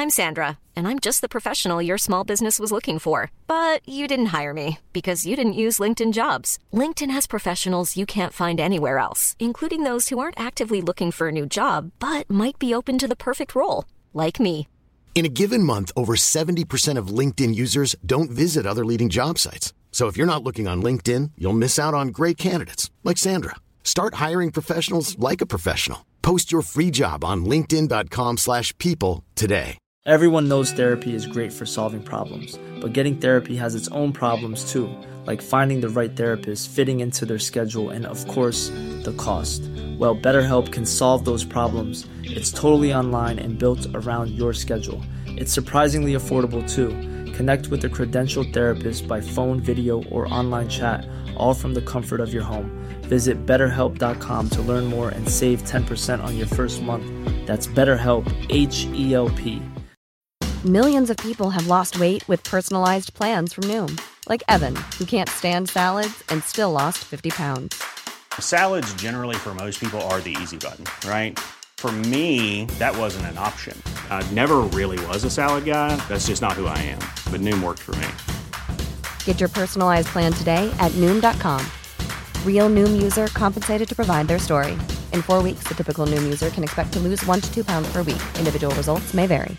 I'm Sandra, and I'm just the professional your small business was looking for. But you didn't hire me because you didn't use LinkedIn Jobs. LinkedIn has professionals you can't find anywhere else, including those who aren't actively looking for a new job, but might be open to the perfect role, like me. In a given month, over 70% of LinkedIn users don't visit other leading job sites. So if you're not looking on LinkedIn, you'll miss out on great candidates like Sandra. Start hiring professionals like a professional. Post your free job on linkedin.com/people today. Everyone knows therapy is great for solving problems, but getting therapy has its own problems too, like finding the right therapist, fitting into their schedule, and of course, the cost. Well, BetterHelp can solve those problems. It's totally online and built around your schedule. It's surprisingly affordable too. Connect with a credentialed therapist by phone, video, or online chat, all from the comfort of your home. Visit BetterHelp.com to learn more and save 10% on your first month. That's BetterHelp, H-E-L-P. Millions of people have lost weight with personalized plans from Noom. Like Evan, who can't stand salads and still lost 50 pounds. Salads generally for most people are the easy button, right? For me, that wasn't an option. I never really was a salad guy. That's just not who I am. But Noom worked for me. Get your personalized plan today at Noom.com. Real Noom user compensated to provide their story. In 4 weeks, the typical Noom user can expect to lose 1 to 2 pounds per week. Individual results may vary.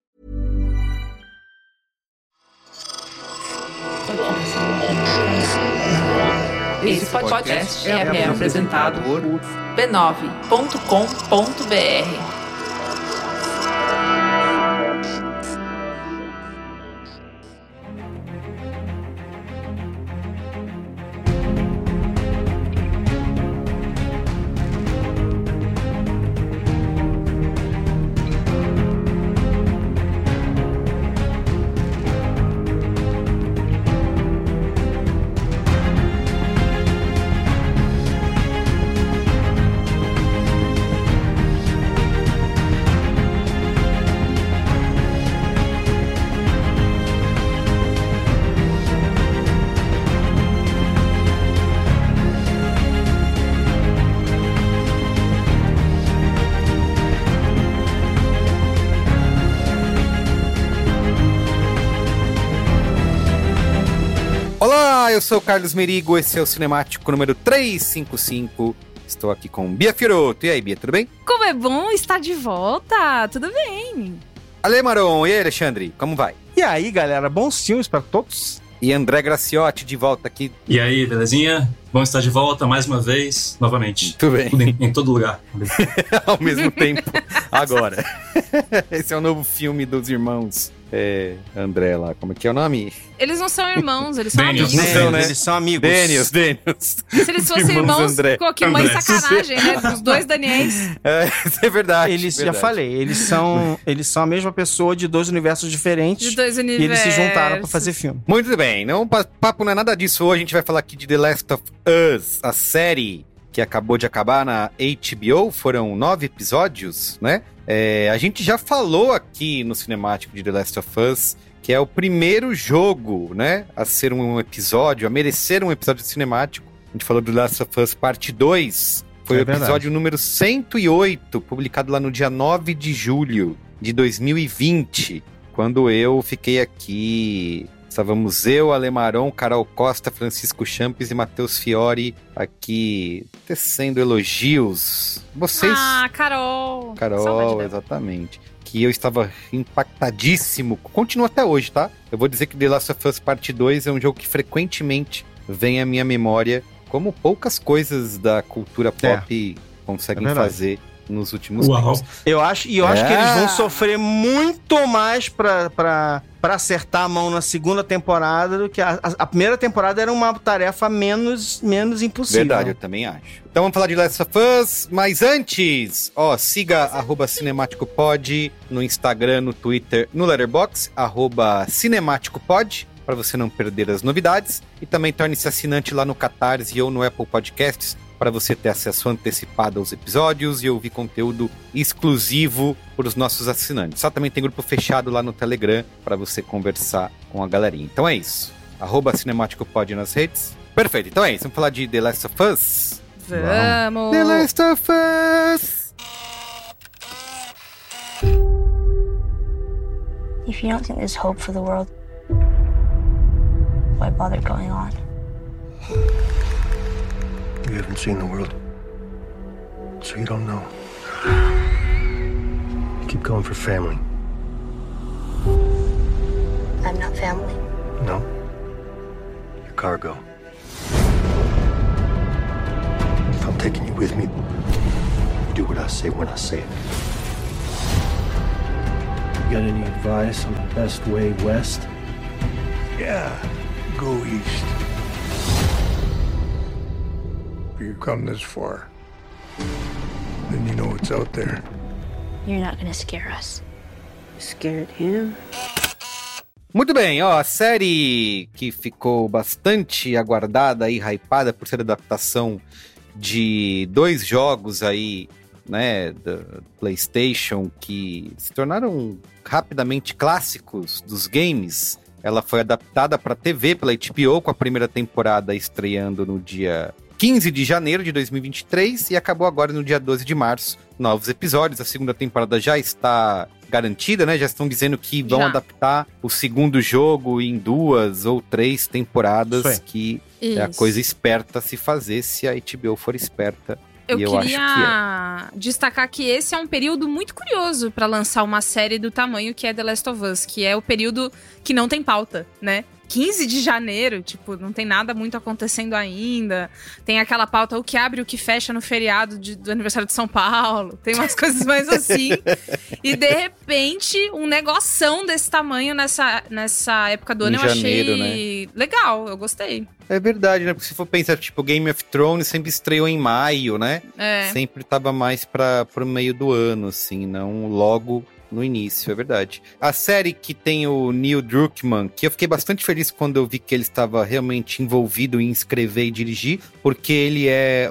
Esse podcast é apresentado por b9.com.br. Eu sou o Carlos Merigo, esse é o Cinemático número 355. Estou aqui com Bia Fiorotto. E aí, Bia, tudo bem? Como é bom estar de volta, tudo bem. Ale Maron, e aí, Alexandre, como vai? E aí, galera, bons filmes para todos. E André Graciotti de volta aqui. E aí, belezinha? Bom estar de volta mais uma vez, novamente. Tudo bem. Em todo lugar. Ao mesmo tempo, agora. Esse é o novo filme dos irmãos André lá, como é que é o nome? Eles não são irmãos, eles são Daniels, amigos. não, né? Eles são amigos. Daniels. Se eles fossem irmãos, ficou aqui uma sacanagem, né? Os dois Daniels. Isso é verdade. Eles, verdade. Já falei, eles são a mesma pessoa de dois universos diferentes. De dois universos. E eles se juntaram pra fazer filme. Muito bem, não, papo não é nada disso. Hoje a gente vai falar aqui de The Last of Us, a série que acabou de acabar na HBO. Foram 9 episódios, né? A gente já falou aqui no Cinemático de The Last of Us, que é o primeiro jogo, né, a ser um episódio, a merecer um episódio cinemático. A gente falou do The Last of Us Parte 2, foi o episódio número 108, publicado lá no dia 9 de julho de 2020, quando eu fiquei aqui... Estávamos eu, Ale Maron, Carol Costa, Francisco Champes e Matheus Fiori aqui tecendo elogios. Vocês... Ah, Carol, exatamente. Que eu estava impactadíssimo. Continua até hoje, tá? Eu vou dizer que The Last of Us Parte 2 é um jogo que frequentemente vem à minha memória, como poucas coisas da cultura pop conseguem fazer nos últimos tempos. Eu acho que eles vão sofrer muito mais pra acertar a mão na segunda temporada do que a primeira temporada era uma tarefa menos impossível. Verdade, eu também acho. Então vamos falar de Last of Us, mas antes, siga @cinemáticopod no Instagram, no Twitter, no Letterboxd, @cinemáticopod, para você não perder as novidades. E também torne-se assinante lá no Catarse ou no Apple Podcasts, para você ter acesso antecipado aos episódios e ouvir conteúdo exclusivo para os nossos assinantes. Só também tem grupo fechado lá no Telegram para você conversar com a galerinha. Então é isso. @cinemáticopod nas redes. Perfeito, então é isso. Vamos falar de The Last of Us? Vamos! The Last of Us! If you don't think there's hope for the world, why bother going on? You haven't seen the world, so you don't know. You keep going for family. I'm not family. No. You're cargo. If I'm taking you with me, you do what I say when I say it. You got any advice on the best way west? Yeah, go east. If you come this far, then you know what's out there. You're not gonna scare us. Scared him? Muito bem, ó, a série que ficou bastante aguardada e hypada por ser adaptação de 2 jogos aí, né, da PlayStation, que se tornaram rapidamente clássicos dos games. Ela foi adaptada para TV pela HBO, com a primeira temporada estreando no dia 15 de janeiro de 2023 e acabou agora no dia 12 de março. Novos episódios, a segunda temporada já está garantida, né? Já estão dizendo que vão adaptar o segundo jogo em 2 ou 3 temporadas, que é a coisa esperta a se fazer se a HBO for esperta. Eu queria acho que destacar que esse é um período muito curioso para lançar uma série do tamanho que é The Last of Us, que é o período que não tem pauta, né? 15 de janeiro, tipo, não tem nada muito acontecendo ainda. Tem aquela pauta, o que abre e o que fecha no feriado do aniversário de São Paulo. Tem umas coisas mais assim. E, de repente, um negoção desse tamanho nessa época do ano, eu achei legal, eu gostei. É verdade, né? Porque se for pensar, tipo, Game of Thrones sempre estreou em maio, né? Sempre tava mais pro meio do ano, assim, não logo no início, é verdade. A série que tem o Neil Druckmann, que eu fiquei bastante feliz quando eu vi que ele estava realmente envolvido em escrever e dirigir, porque ele é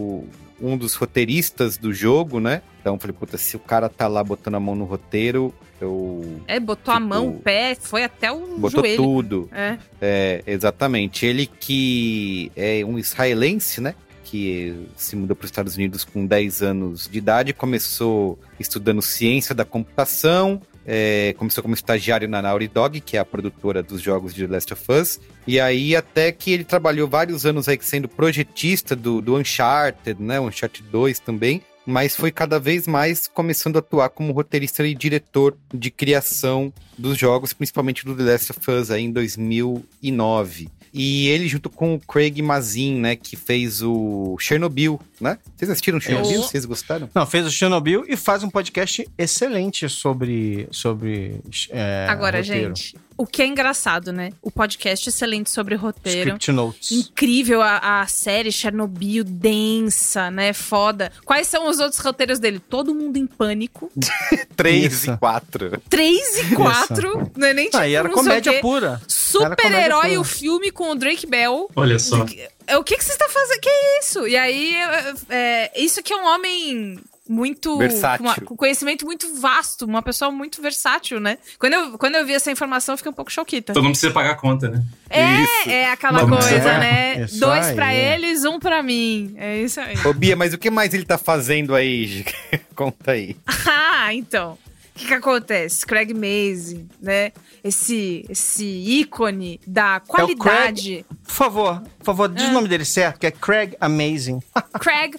um dos roteiristas do jogo, né? Então eu falei, puta, se o cara tá lá botando a mão no roteiro, botou a mão, o pé, foi até o joelho. Botou tudo. Exatamente. Ele que é um israelense, né? Que se mudou para os Estados Unidos com 10 anos de idade, começou estudando ciência da computação, começou como estagiário na Naughty Dog, que é a produtora dos jogos de The Last of Us, e aí até que ele trabalhou vários anos aí sendo projetista do Uncharted, né, o Uncharted 2 também, mas foi cada vez mais começando a atuar como roteirista e diretor de criação dos jogos, principalmente do The Last of Us aí em 2009. E ele junto com o Craig Mazin, né, que fez o Chernobyl, né? Vocês assistiram Chernobyl? Vocês gostaram? Não, fez o Chernobyl e faz um podcast excelente sobre agora, roteiro. gente, o que é engraçado, né? O podcast excelente sobre roteiro. Script Notes. Incrível a série Chernobyl, densa, né? Foda. Quais são os outros roteiros dele? Todo Mundo em Pânico. 3 e 4. 3 e 4. Não é nem tipo, aí era comédia pura. Super-herói, o filme com o Drake Bell. Olha só. O que você tá fazendo? Que é isso? E aí, isso que é um homem muito... com conhecimento muito vasto, uma pessoa muito versátil, né? Quando eu vi essa informação, eu fiquei um pouco choquita. Todo mundo precisa pagar a conta, né? É aquela coisa, né? 2 pra eles, 1 pra mim. É isso aí. Ô, Bia, mas o que mais ele tá fazendo aí? Conta aí. Então... O que acontece? Craig Mazin, né? Esse ícone da qualidade. Craig, por favor, diz o nome dele certo, que é Craig Amazing. Craig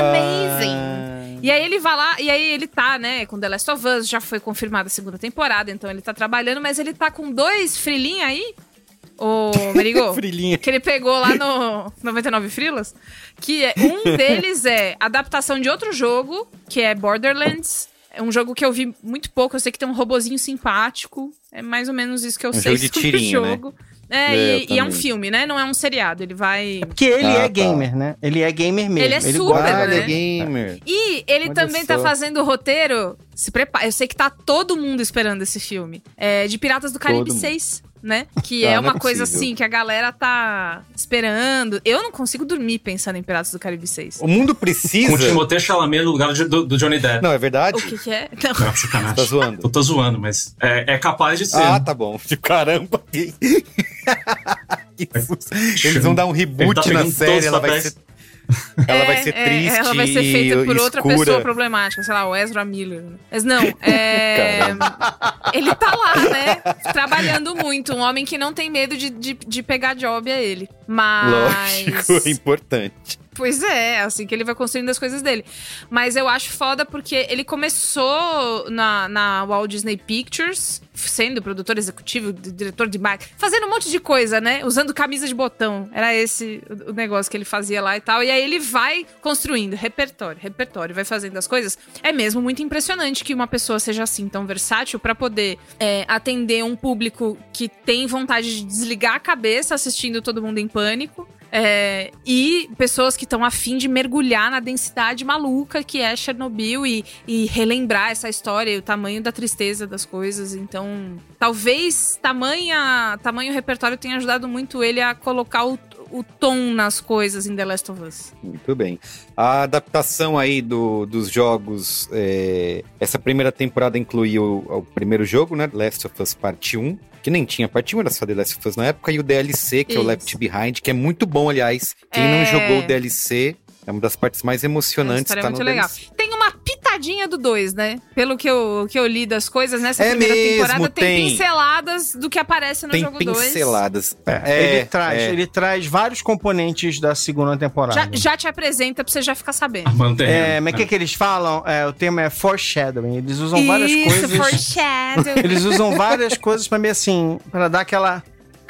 Amazing. E aí ele vai lá, e aí ele tá, né, com The Last of Us, já foi confirmada a segunda temporada, então ele tá trabalhando, mas ele tá com 2 frilinhos aí, ô Merigo, que ele pegou lá no 99 Frilas, que um deles é adaptação de outro jogo, que é Borderlands. É um jogo que eu vi muito pouco, eu sei que tem um robozinho simpático, é mais ou menos isso que eu sei sobre o jogo. Né? E é um filme, né? Não é um seriado, ele vai... Porque ele é gamer, né? Ele é gamer mesmo. Ele é super, né? Ele é gamer. E ele também tá fazendo o roteiro, se prepara, eu sei que tá todo mundo esperando esse filme, de Piratas do Caribe 6, né? Que é uma coisa assim, que a galera tá esperando. Eu não consigo dormir pensando em Piratas do Caribe 6. O mundo precisa... Com o Timothée Chalamet no lugar do Johnny Depp. Não, é verdade? O que é? Não, sacanagem. Tá zoando. Eu tô zoando, mas é capaz de ser. Ah, tá bom. De caramba. Eles vão dar um reboot na série, ela vai ser... Ela vai ser triste. Ela vai ser feita por outra escura. pessoa problemática, sei lá, o Ezra Miller. Mas não, ele tá lá, né? Trabalhando muito. Um homem que não tem medo de pegar job é ele. Mas. Lógico, é importante. Pois é, assim que ele vai construindo as coisas dele. Mas eu acho foda porque ele começou na Walt Disney Pictures, sendo produtor executivo, diretor de marketing, fazendo um monte de coisa, né? Usando camisa de botão. Era esse o negócio que ele fazia lá e tal. E aí ele vai construindo repertório, vai fazendo as coisas. É mesmo muito impressionante que uma pessoa seja assim, tão versátil, pra poder atender um público que tem vontade de desligar a cabeça assistindo Todo Mundo em Pânico. E pessoas que estão a fim de mergulhar na densidade maluca que é Chernobyl e relembrar essa história e o tamanho da tristeza das coisas. Então, talvez tamanho repertório tenha ajudado muito ele a colocar o tom nas coisas em The Last of Us. Muito bem. A adaptação aí dos jogos, essa primeira temporada incluiu o primeiro jogo, né? Last of Us Parte 1. Que nem tinha parte 1, era só The Last of Us na época, e o DLC, que é o Left Behind, que é muito bom, aliás. Quem não jogou o DLC, é uma das partes mais emocionantes. Tá muito legal. DLC. Tem uma pitadinha do 2, né? Pelo que eu li das coisas, nessa primeira temporada, tem pinceladas do que aparece no jogo 2. Tem pinceladas. Ele traz vários componentes da segunda temporada. Já te apresenta pra você já ficar sabendo. Mas o que eles falam? O termo é foreshadowing. Eles usam várias coisas. Foreshadowing. Eles usam várias coisas pra mim, assim, pra dar aquela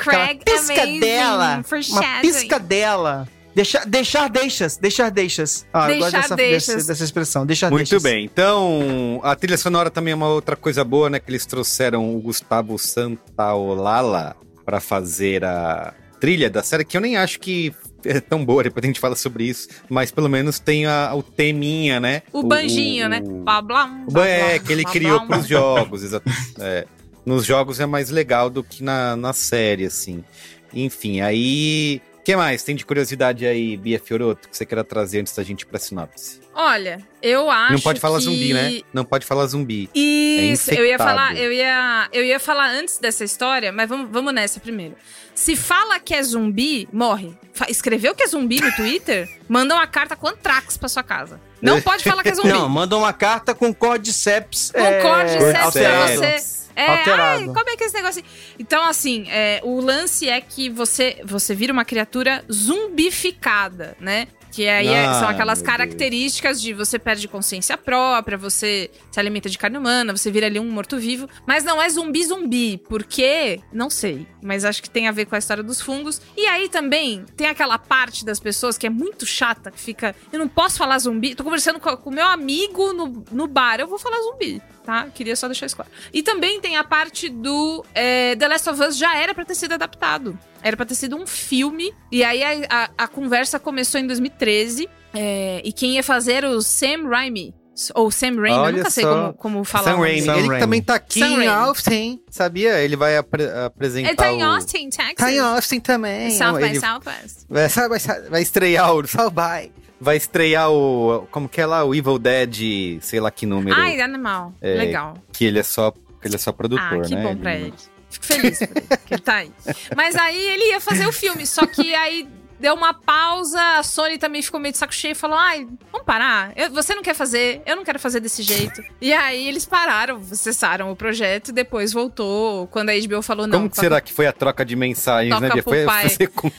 piscadela. Uma piscadela. Deixar deixas. Eu gosto dessa expressão, deixar muito deixas. Muito bem, então a trilha sonora também é uma outra coisa boa, né? Que eles trouxeram o Gustavo Santaolalla pra fazer a trilha da série, que eu nem acho que é tão boa, depois a gente fala sobre isso, mas pelo menos tem o teminha, né? O banjinho, né? Que ele criou pros jogos, nos jogos é mais legal do que na série, assim. Enfim, aí... O que mais tem de curiosidade aí, Bia Fiorotto, que você queira trazer antes da gente ir pra sinopse? Olha, eu acho que... Não pode falar zumbi, né? Não pode falar zumbi. Isso, eu ia falar antes dessa história, mas vamos nessa primeiro. Se fala que é zumbi, morre. Escreveu que é zumbi no Twitter, manda uma carta com Antrax pra sua casa. Não pode falar que é zumbi. Não, manda uma carta com Cordyceps pra você... alterado. Ai, como é que é esse negócio? Então, assim, o lance é que você vira uma criatura zumbificada, né? Que aí são aquelas características de você perde consciência própria, você se alimenta de carne humana, você vira ali um morto-vivo. Mas não é zumbi, porque... Não sei, mas acho que tem a ver com a história dos fungos. E aí também tem aquela parte das pessoas que é muito chata, que fica... Eu não posso falar zumbi. Tô conversando com o meu amigo no bar, eu vou falar zumbi, tá? Queria só deixar isso claro. E também tem a parte do... The Last of Us já era pra ter sido adaptado. Era pra ter sido um filme. E aí a conversa começou em 2013. E quem ia fazer o Sam Raimi. Ou Sam Raimi, eu nunca sei como falar. Sam Raimi. Ele também tá aqui em Austin, sabia? Ele vai apresentar. Ele tá em Austin, Texas. Tá em Austin também. South by Southwest. Vai estrear o South by. Vai estrear como que é lá? O Evil Dead, sei lá que número. Ai, animal. Legal. Que ele é só produtor, né? Que bom pra ele. Fico feliz por ele, que ele tá aí. Mas aí ele ia fazer o filme, só que aí deu uma pausa, a Sony também ficou meio de saco cheio e falou, vamos parar, você não quer fazer, eu não quero fazer desse jeito. E aí eles pararam, cessaram o projeto e depois voltou, quando a HBO falou não. Como que será que foi a troca de mensagens, né? Foi fazer com...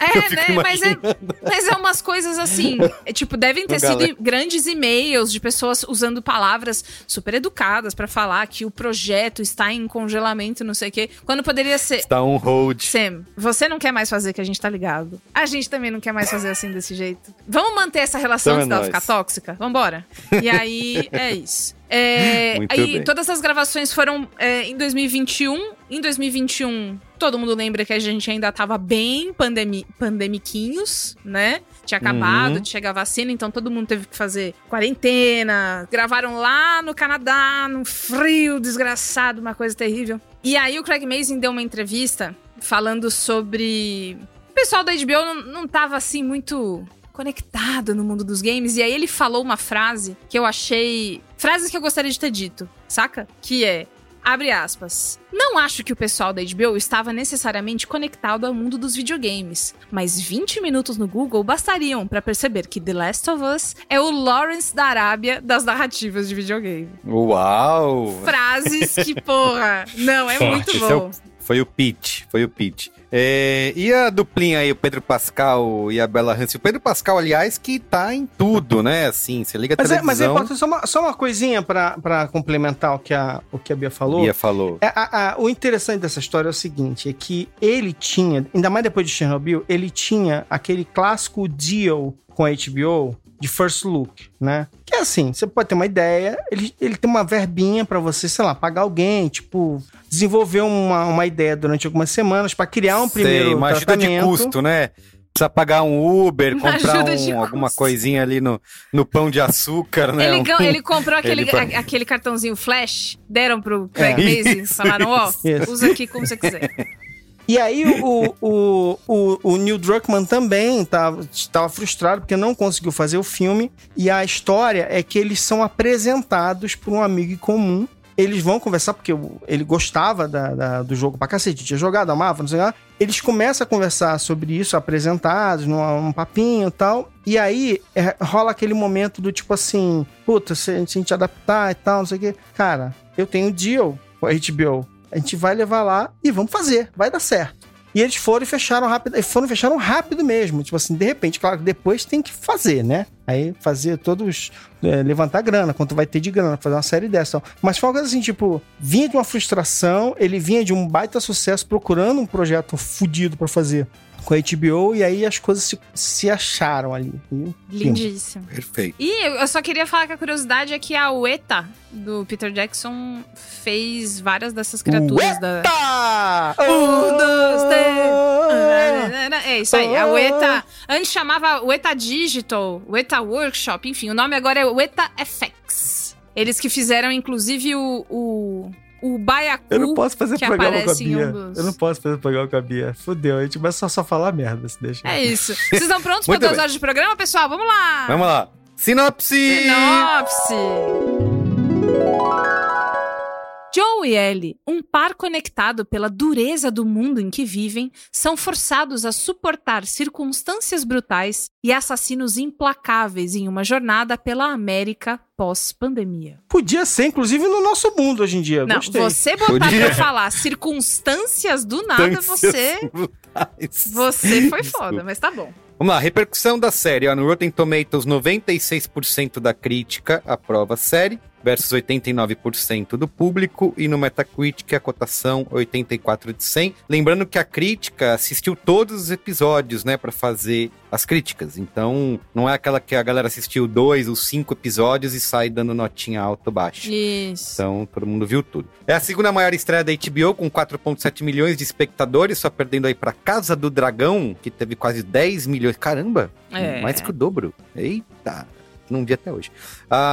mas é umas coisas assim, devem ter sido grandes e-mails de pessoas usando palavras super educadas pra falar que o projeto está em congelamento, não sei o quê, quando poderia ser... Está on hold. Sam, você não quer mais fazer que a gente tá ligado. A gente também não quer mais fazer assim desse jeito. Vamos manter essa relação antes dela ficar tóxica? Vambora. E aí, é isso. Aí todas as gravações foram em 2021. Em 2021, todo mundo lembra que a gente ainda tava bem pandemiquinhos, né? Tinha acabado de chegar a vacina, então todo mundo teve que fazer quarentena. Gravaram lá no Canadá, num frio desgraçado, uma coisa terrível. E aí o Craig Mazin deu uma entrevista falando sobre... O pessoal da HBO não tava assim muito... conectado no mundo dos games, e aí ele falou uma frase que eu achei... Frases que eu gostaria de ter dito, saca? Que é... Abre aspas. Não acho que o pessoal da HBO estava necessariamente conectado ao mundo dos videogames, mas 20 minutos no Google bastariam para perceber que The Last of Us é o Lawrence da Arábia das narrativas de videogame. Uau! Frases que, porra, não, é muito bom. Foi o pitch. E a duplinha aí, o Pedro Pascal e a Bella Ramsey. O Pedro Pascal, aliás, que tá em tudo, né? Assim, você liga a televisão... Mas é importante, só uma coisinha pra complementar o que a Bia falou. Bia falou. O interessante dessa história é o seguinte, é que ele tinha, ainda mais depois de Chernobyl, ele tinha aquele clássico deal com a HBO de First Look, né? Que é assim, você pode ter uma ideia, ele tem uma verbinha pra você, sei lá, pagar alguém, tipo... desenvolver uma ideia durante algumas semanas pra criar um primeiro uma ajuda de custo, né? Precisa pagar um Uber, comprar alguma coisinha ali no pão de açúcar, né? Ele comprou aquele cartãozinho flash, deram pro Craig Mazin, falaram, usa aqui como você quiser. E aí o Neil Druckmann também estava frustrado porque não conseguiu fazer o filme. E a história é que eles são apresentados por um amigo em comum. Eles vão conversar, porque ele gostava do jogo pra cacete, tinha jogado, amava, não sei lá. Eles começam a conversar sobre isso, apresentados, num papinho e tal. E aí, rola aquele momento do tipo assim, puta, se a gente adaptar e tal, não sei o quê. Cara, eu tenho deal com a HBO. A gente vai levar lá e vamos fazer, vai dar certo. E eles foram e fecharam rápido mesmo. Tipo assim, de repente, claro que depois tem que fazer, né? Aí fazer todos... levantar grana, quanto vai ter de grana, fazer uma série dessa. Mas foi uma coisa assim, tipo... Vinha de uma frustração, ele vinha de um baita sucesso procurando um projeto fudido pra fazer com a HBO, e aí as coisas se acharam ali. Lindíssimo. Perfeito. E eu só queria falar que a curiosidade é que a Weta, do Peter Jackson, fez várias dessas criaturas da... É isso aí, a Weta... Antes chamava Weta Digital, Weta Workshop, enfim, o nome agora é Weta FX. Eles que fizeram, inclusive, o Baiacu. Eu não posso fazer programa com a Bia. dos... Eu não posso fazer programa com a Bia. Fudeu, a gente vai só falar merda se deixa. É isso. Vocês estão prontos para 2 horas de programa, pessoal? Vamos lá! Vamos lá. Sinopse! Joe e Ellie, um par conectado pela dureza do mundo em que vivem, são forçados a suportar circunstâncias brutais e assassinos implacáveis em uma jornada pela América pós-pandemia. Podia ser, inclusive, no nosso mundo hoje em dia. Não, gostei. Você botar pra falar circunstâncias do nada, você foi foda, mas tá bom. Vamos lá, repercussão da série. No Rotten Tomatoes, 96% da crítica aprova a série, versus 89% do público, e no Metacritic a cotação 84 de 100. Lembrando que a crítica assistiu todos os episódios, né, pra fazer as críticas. Então, não é aquela que a galera assistiu 2 ou 5 episódios e sai dando notinha alta ou baixa. Isso. Então, todo mundo viu tudo. É a segunda maior estreia da HBO, com 4,7 milhões de espectadores, só perdendo aí pra Casa do Dragão, que teve quase 10 milhões. Caramba! Mais que o dobro. Eita! Não vi até hoje.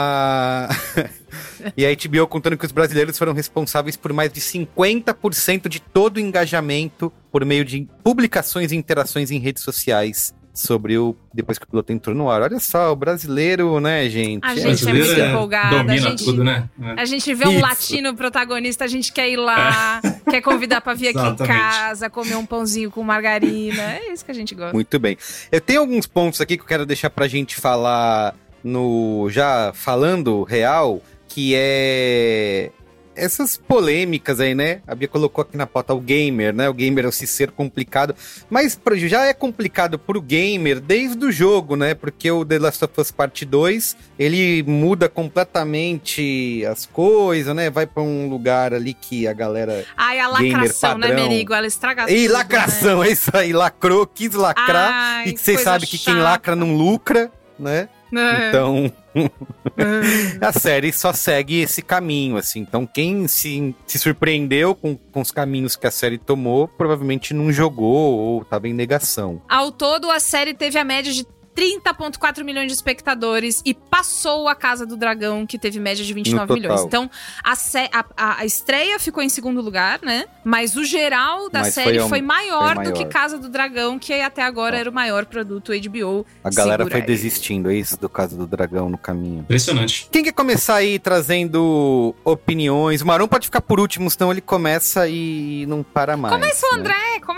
E a HBO contando que os brasileiros foram responsáveis por mais de 50% de todo o engajamento por meio de publicações e interações em redes sociais sobre depois que o piloto entrou no ar. Olha só, o brasileiro, né, gente? A gente é muito empolgada. Domina tudo, né? A gente vê um latino protagonista, a gente quer ir lá, quer convidar pra vir aqui em casa, comer um pãozinho com margarina. É isso que a gente gosta. Muito bem. Eu tenho alguns pontos aqui que eu quero deixar pra gente falar já falando real, que é essas polêmicas aí, né? A Bia colocou aqui na pauta o gamer, né? O gamer é o ser complicado, mas já é complicado pro gamer desde o jogo, né? Porque o The Last of Us Part 2, ele muda completamente as coisas, né? Vai pra um lugar ali que a galera Ai, a lacração, né, Merigo? Ela estraga tudo, e lacração, né? É isso aí, lacrou, quis lacrar. Ai, e vocês sabem que quem lacra não lucra, né? Então, a série só segue esse caminho, assim. Então, quem se surpreendeu com os caminhos que a série tomou, provavelmente não jogou ou estava em negação. Ao todo, a série teve a média de 30,4 milhões de espectadores e passou a Casa do Dragão, que teve média de 29 milhões. Então, a estreia ficou em segundo lugar, né? Mas o geral da série foi maior do que Casa do Dragão, que até agora era o maior produto HBO. A galera foi desistindo, é isso, do Casa do Dragão no caminho. Impressionante. Quem quer começar aí trazendo opiniões? O Marão pode ficar por último, senão ele começa e não para mais. Começa o André.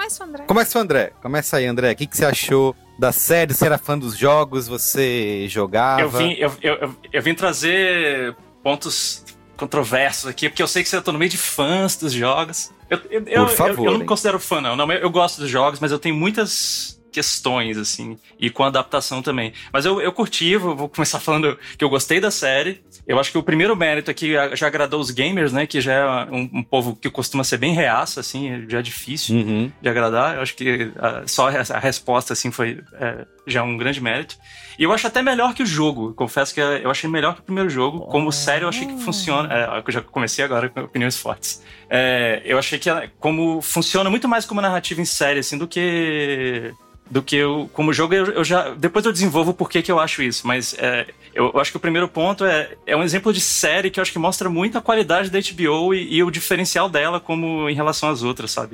Começa aí, André. O que você achou da série? Você era fã dos jogos? Você jogava? Eu vim trazer pontos controversos aqui, porque eu sei que você tá no meio de fãs dos jogos. Por favor, eu não me considero fã, não. Eu gosto dos jogos, mas eu tenho muitas questões, assim, e com adaptação também. Mas eu curti, vou começar falando que eu gostei da série. Eu acho que o primeiro mérito aqui já agradou os gamers, né, que já é um povo que costuma ser bem reaça, assim, já é difícil de agradar. Eu acho que só a resposta, assim, foi já um grande mérito. E eu acho até melhor que o jogo. Confesso que eu achei melhor que o primeiro jogo. Como série, eu achei que funciona. Eu já comecei agora com opiniões fortes. Eu achei que como funciona muito mais como narrativa em série, assim, do que como jogo. Eu já depois eu desenvolvo por que eu acho isso, mas eu acho que o primeiro ponto é um exemplo de série que eu acho que mostra muito a qualidade da HBO e o diferencial dela como em relação às outras, sabe?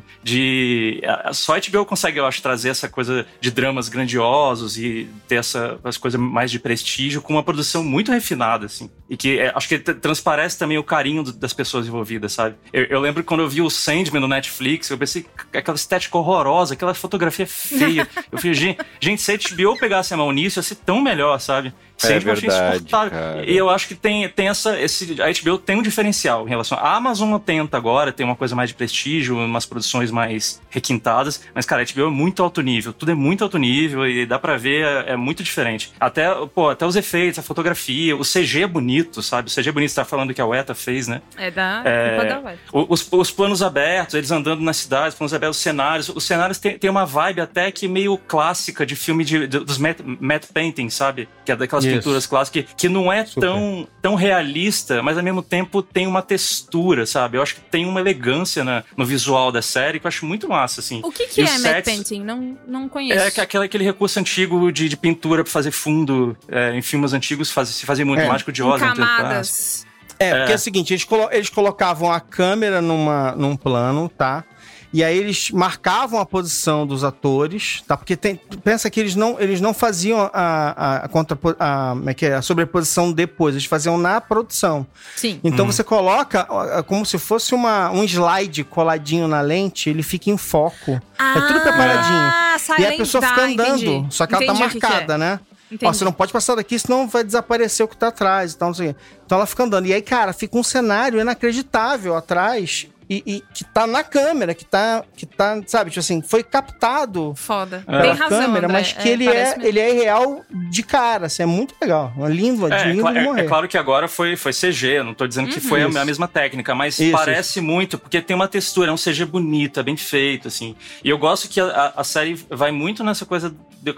Só a HBO consegue, eu acho, trazer essa coisa de dramas grandiosos e ter as coisas mais de prestígio com uma produção muito refinada, assim, e que acho que transparece também o carinho das pessoas envolvidas, sabe? Eu lembro quando eu vi o Sandman no Netflix, eu pensei, aquela estética horrorosa, aquela fotografia feia. Eu falei, gente, se a HBO pegasse a mão nisso, ia ser tão melhor, sabe? Sempre eu achei insuportável. Cara. E eu acho que tem a HBO tem um diferencial em relação. A Amazon tenta agora, tem uma coisa mais de prestígio, umas produções mais requintadas, mas, cara, a HBO é muito alto nível, tudo é muito alto nível e dá pra ver, é muito diferente. Até os efeitos, a fotografia, o CG é bonito, sabe? O CG é bonito, você tá falando que a Weta fez, né? Da Weta. Os planos abertos, eles andando nas cidades, planos abertos, os cenários tem uma vibe até que meio clássica de filme dos matte painting, sabe? Que é daquelas pinturas clássicas, que não é tão realista, mas ao mesmo tempo tem uma textura, sabe? Eu acho que tem uma elegância no visual da série que eu acho muito massa, assim. O que é matte painting? Não conheço. Aquele recurso antigo de pintura pra fazer fundo. Em filmes antigos se fazia muito Mágico de Oz. Camadas. Porque é o seguinte, eles colocavam a câmera num plano, tá? E aí eles marcavam a posição dos atores, tá? Porque pensa que eles não faziam a sobreposição depois, eles faziam na produção. Sim. Então você coloca como se fosse um slide coladinho na lente, ele fica em foco. É tudo preparadinho. E a pessoa fica andando, entendi. Só que ela tá marcada, né? Você não pode passar daqui, senão vai desaparecer o que tá atrás e tal, não sei o quê. Então ela fica andando. E aí, cara, fica um cenário inacreditável atrás e que tá na câmera, que tá, sabe, tipo assim, foi captado. Foda. Pela câmera, André, mas que ele é real de cara, assim, é muito legal. Uma língua de morrer. É claro que agora foi CG, eu não tô dizendo que foi a mesma técnica, mas parece muito, porque tem uma textura, é um CG bonito, é bem feito, assim. E eu gosto que a série vai muito nessa coisa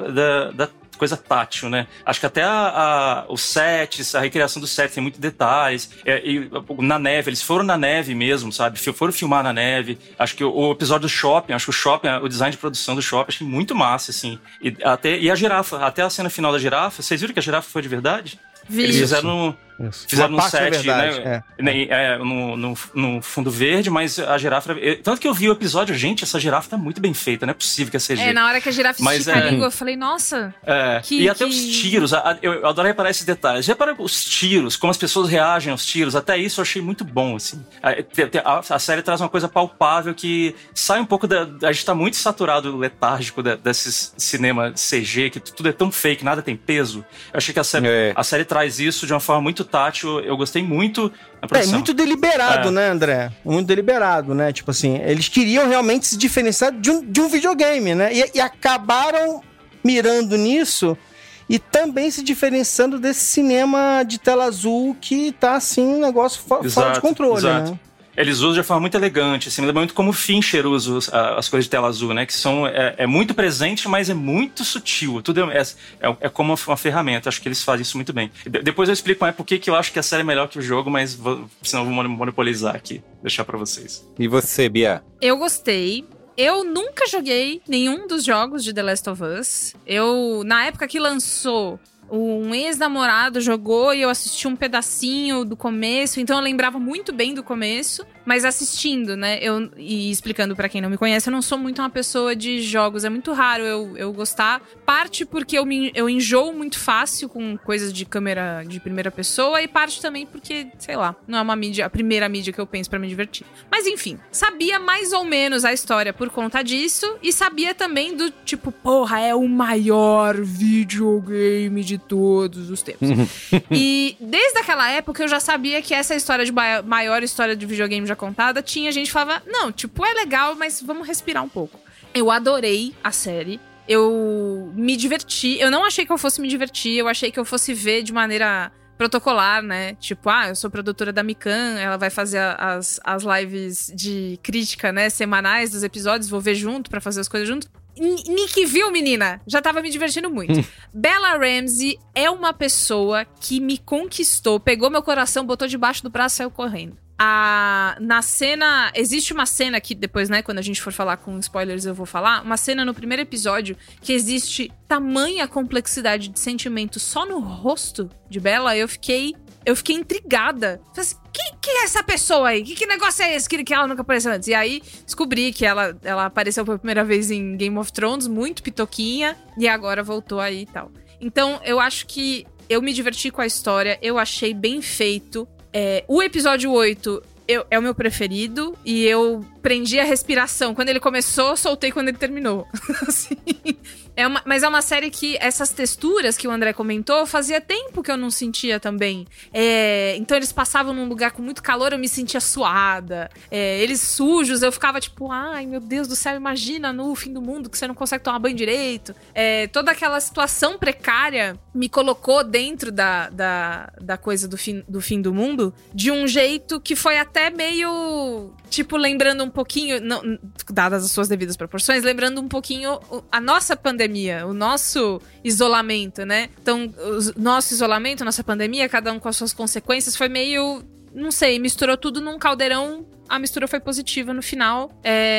da coisa tátil, né? Acho que até os sets, a recriação dos sets tem muitos detalhes. E na neve, eles foram na neve mesmo, sabe? Foram filmar na neve. Acho que o episódio do shopping, o design de produção do shopping, achei muito massa, assim. E a girafa, até a cena final da girafa, vocês viram que a girafa foi de verdade? Eles fizeram no set, né? No fundo verde, mas a girafa... Tanto que eu vi o episódio, gente, essa girafa tá muito bem feita, não é possível que é CG. Na hora que a girafa estica a língua, eu falei, nossa... E até os tiros, eu adoro reparar esses detalhes. Repara os tiros, como as pessoas reagem aos tiros, até isso eu achei muito bom, assim. A série traz uma coisa palpável que sai um pouco a gente tá muito saturado, letárgico desses cinema CG, que tudo é tão fake, nada tem peso. Eu achei que a série traz isso de uma forma muito tátil, eu gostei muito da produção. Muito deliberado, né, André? Muito deliberado, né? Tipo assim, eles queriam realmente se diferenciar de um videogame, né? E acabaram mirando nisso e também se diferenciando desse cinema de tela azul que tá, assim, um negócio fora de controle, né? Eles usam de uma forma muito elegante, assim, me lembra muito como o Fincher usa as coisas de tela azul, né? Que são, é muito presente, mas é muito sutil. Tudo é como uma ferramenta. Acho que eles fazem isso muito bem. Depois eu explico por que eu acho que a série é melhor que o jogo, mas senão eu vou monopolizar aqui. Deixar pra vocês. E você, Bia? Eu gostei. Eu nunca joguei nenhum dos jogos de The Last of Us. Na época que lançou, um ex-namorado jogou e eu assisti um pedacinho do começo, então eu lembrava muito bem do começo, mas assistindo, né, e explicando pra quem não me conhece, eu não sou muito uma pessoa de jogos, é muito raro eu gostar, parte porque eu enjoo muito fácil com coisas de câmera de primeira pessoa, e parte também porque, sei lá, não é uma mídia, a primeira mídia que eu penso pra me divertir. Mas enfim, sabia mais ou menos a história por conta disso, e sabia também do tipo, porra, é o maior videogame de todos os tempos. E desde aquela época eu já sabia que essa história de maior história de videogame já contada, tinha gente que falava, não, tipo, é legal, mas vamos respirar um pouco. Eu adorei a série, eu me diverti, eu não achei que eu fosse me divertir, eu achei que eu fosse ver de maneira protocolar, né? Tipo, eu sou produtora da Mikan, ela vai fazer as lives de crítica, né, semanais dos episódios, vou ver junto pra fazer as coisas junto. Nick viu, menina? Já tava me divertindo muito. Bella Ramsey é uma pessoa que me conquistou, pegou meu coração, botou debaixo do braço e saiu correndo. Na cena, existe uma cena que depois, né, quando a gente for falar com spoilers eu vou falar, uma cena no primeiro episódio que existe tamanha complexidade de sentimento só no rosto de Bella, eu fiquei intrigada. Falei assim, quem é essa pessoa aí? Que negócio é esse que ela nunca apareceu antes? E aí descobri que ela apareceu pela primeira vez em Game of Thrones, muito pitoquinha, e agora voltou aí e tal. Então eu acho que eu me diverti com a história, eu achei bem feito. O episódio 8 é o meu preferido e eu prendi a respiração. Quando ele começou, soltei quando ele terminou. Assim, mas é uma série que essas texturas que o André comentou, fazia tempo que eu não sentia também. Então eles passavam num lugar com muito calor, eu me sentia suada. Eles sujos, eu ficava tipo, ai meu Deus do céu, imagina no fim do mundo que você não consegue tomar banho direito. Toda aquela situação precária me colocou dentro da coisa do fim do mundo de um jeito que foi até meio, tipo, lembrando um pouquinho, não, dadas as suas devidas proporções, lembrando um pouquinho a nossa pandemia, o nosso isolamento, né? Então, o nosso isolamento, a nossa pandemia, cada um com as suas consequências, foi meio, não sei, misturou tudo num caldeirão. A mistura foi positiva no final,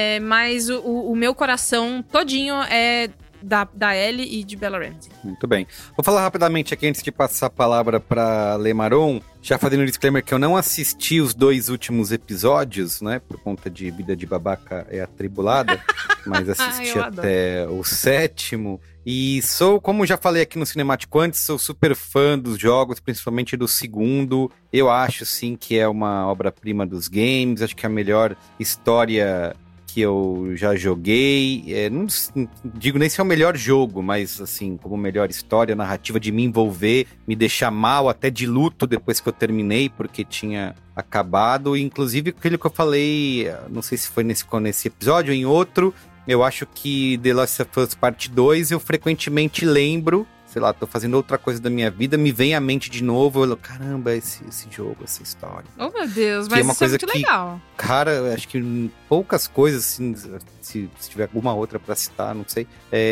mas o meu coração todinho é da Ellie e de Bella Ramsey. Muito bem. Vou falar rapidamente aqui antes de passar a palavra para Lemaron, já fazendo um disclaimer que eu não assisti os 2 últimos episódios, né, por conta de vida de babaca atribulada, mas assisti até o 7º. E sou, como já falei aqui no Cinemático antes, sou super fã dos jogos, principalmente do 2º. Eu acho, sim, que é uma obra-prima dos games, acho que é a melhor história que eu já joguei, não digo nem se é o melhor jogo, mas assim, como melhor história, narrativa de me envolver, me deixar mal, até de luto depois que eu terminei, porque tinha acabado, inclusive aquilo que eu falei, não sei se foi nesse episódio ou em outro, eu acho que The Last of Us Part 2 eu frequentemente lembro, sei lá, tô fazendo outra coisa da minha vida, me vem à mente de novo, eu caramba, esse jogo, essa história. Oh, meu Deus, mas isso é muito legal. Cara, eu acho que poucas coisas, assim, se tiver alguma outra pra citar, não sei,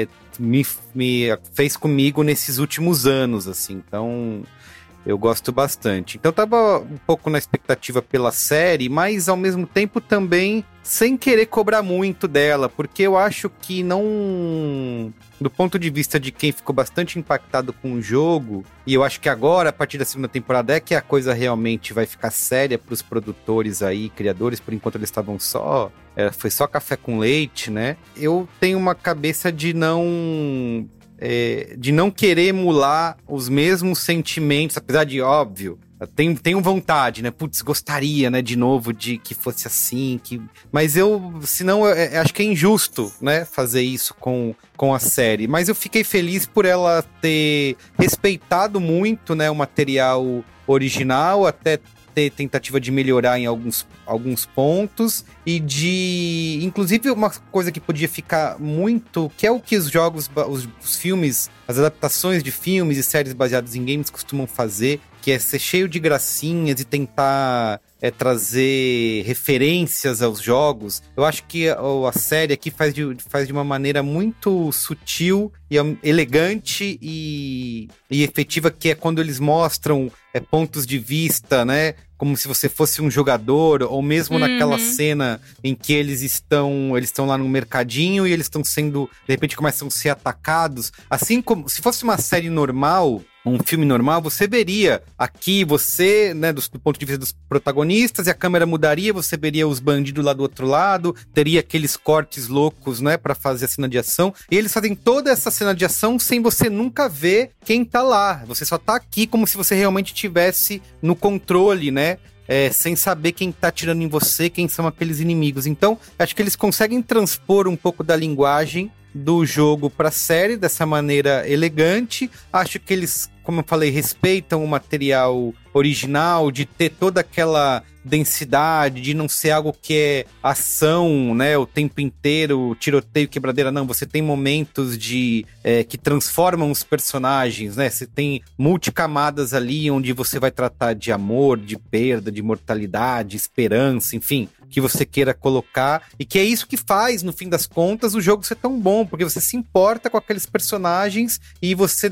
me fez comigo nesses últimos anos, assim, então eu gosto bastante. Então tava um pouco na expectativa pela série, mas ao mesmo tempo também sem querer cobrar muito dela, porque eu acho que não... Do ponto de vista de quem ficou bastante impactado com o jogo, e eu acho que agora, a partir da 2ª temporada, é que a coisa realmente vai ficar séria pros produtores aí, criadores, por enquanto eles estavam foi só café com leite, né? Eu tenho uma cabeça de não querer emular os mesmos sentimentos, apesar de, óbvio, tenho vontade, né? Putz, gostaria, né, de novo, de que fosse assim, mas senão, acho que é injusto, né, fazer isso com a série. Mas eu fiquei feliz por ela ter respeitado muito, né, o material original, até ter tentativa de melhorar em alguns pontos e de... Inclusive, uma coisa que podia ficar muito... Que é o que os jogos, os filmes, as adaptações de filmes e séries baseadas em games costumam fazer, que é ser cheio de gracinhas e tentar trazer referências aos jogos. Eu acho que a série aqui faz de uma maneira muito sutil e elegante e efetiva, que é quando eles mostram pontos de vista, né? Como se você fosse um jogador, ou mesmo naquela cena em que eles estão lá no mercadinho e eles estão sendo, de repente começam a ser atacados. Assim como se fosse uma série normal, um filme normal, você veria aqui, você, né, do ponto de vista dos protagonistas, e a câmera mudaria, você veria os bandidos lá do outro lado, teria aqueles cortes loucos, né, pra fazer a cena de ação, e eles fazem toda essa cena de ação sem você nunca ver quem tá lá. Você só tá aqui como se você realmente tivesse no controle, né? Sem saber quem tá atirando em você, quem são aqueles inimigos. Então, acho que eles conseguem transpor um pouco da linguagem do jogo pra série dessa maneira elegante. Acho que eles, como eu falei, respeitam o material original, de ter toda aquela densidade, de não ser algo que é ação, né, o tempo inteiro, tiroteio, quebradeira, não, você tem momentos que transformam os personagens, né, você tem multicamadas ali, onde você vai tratar de amor, de perda, de mortalidade, esperança, enfim, que você queira colocar, e que é isso que faz, no fim das contas, o jogo ser tão bom, porque você se importa com aqueles personagens e você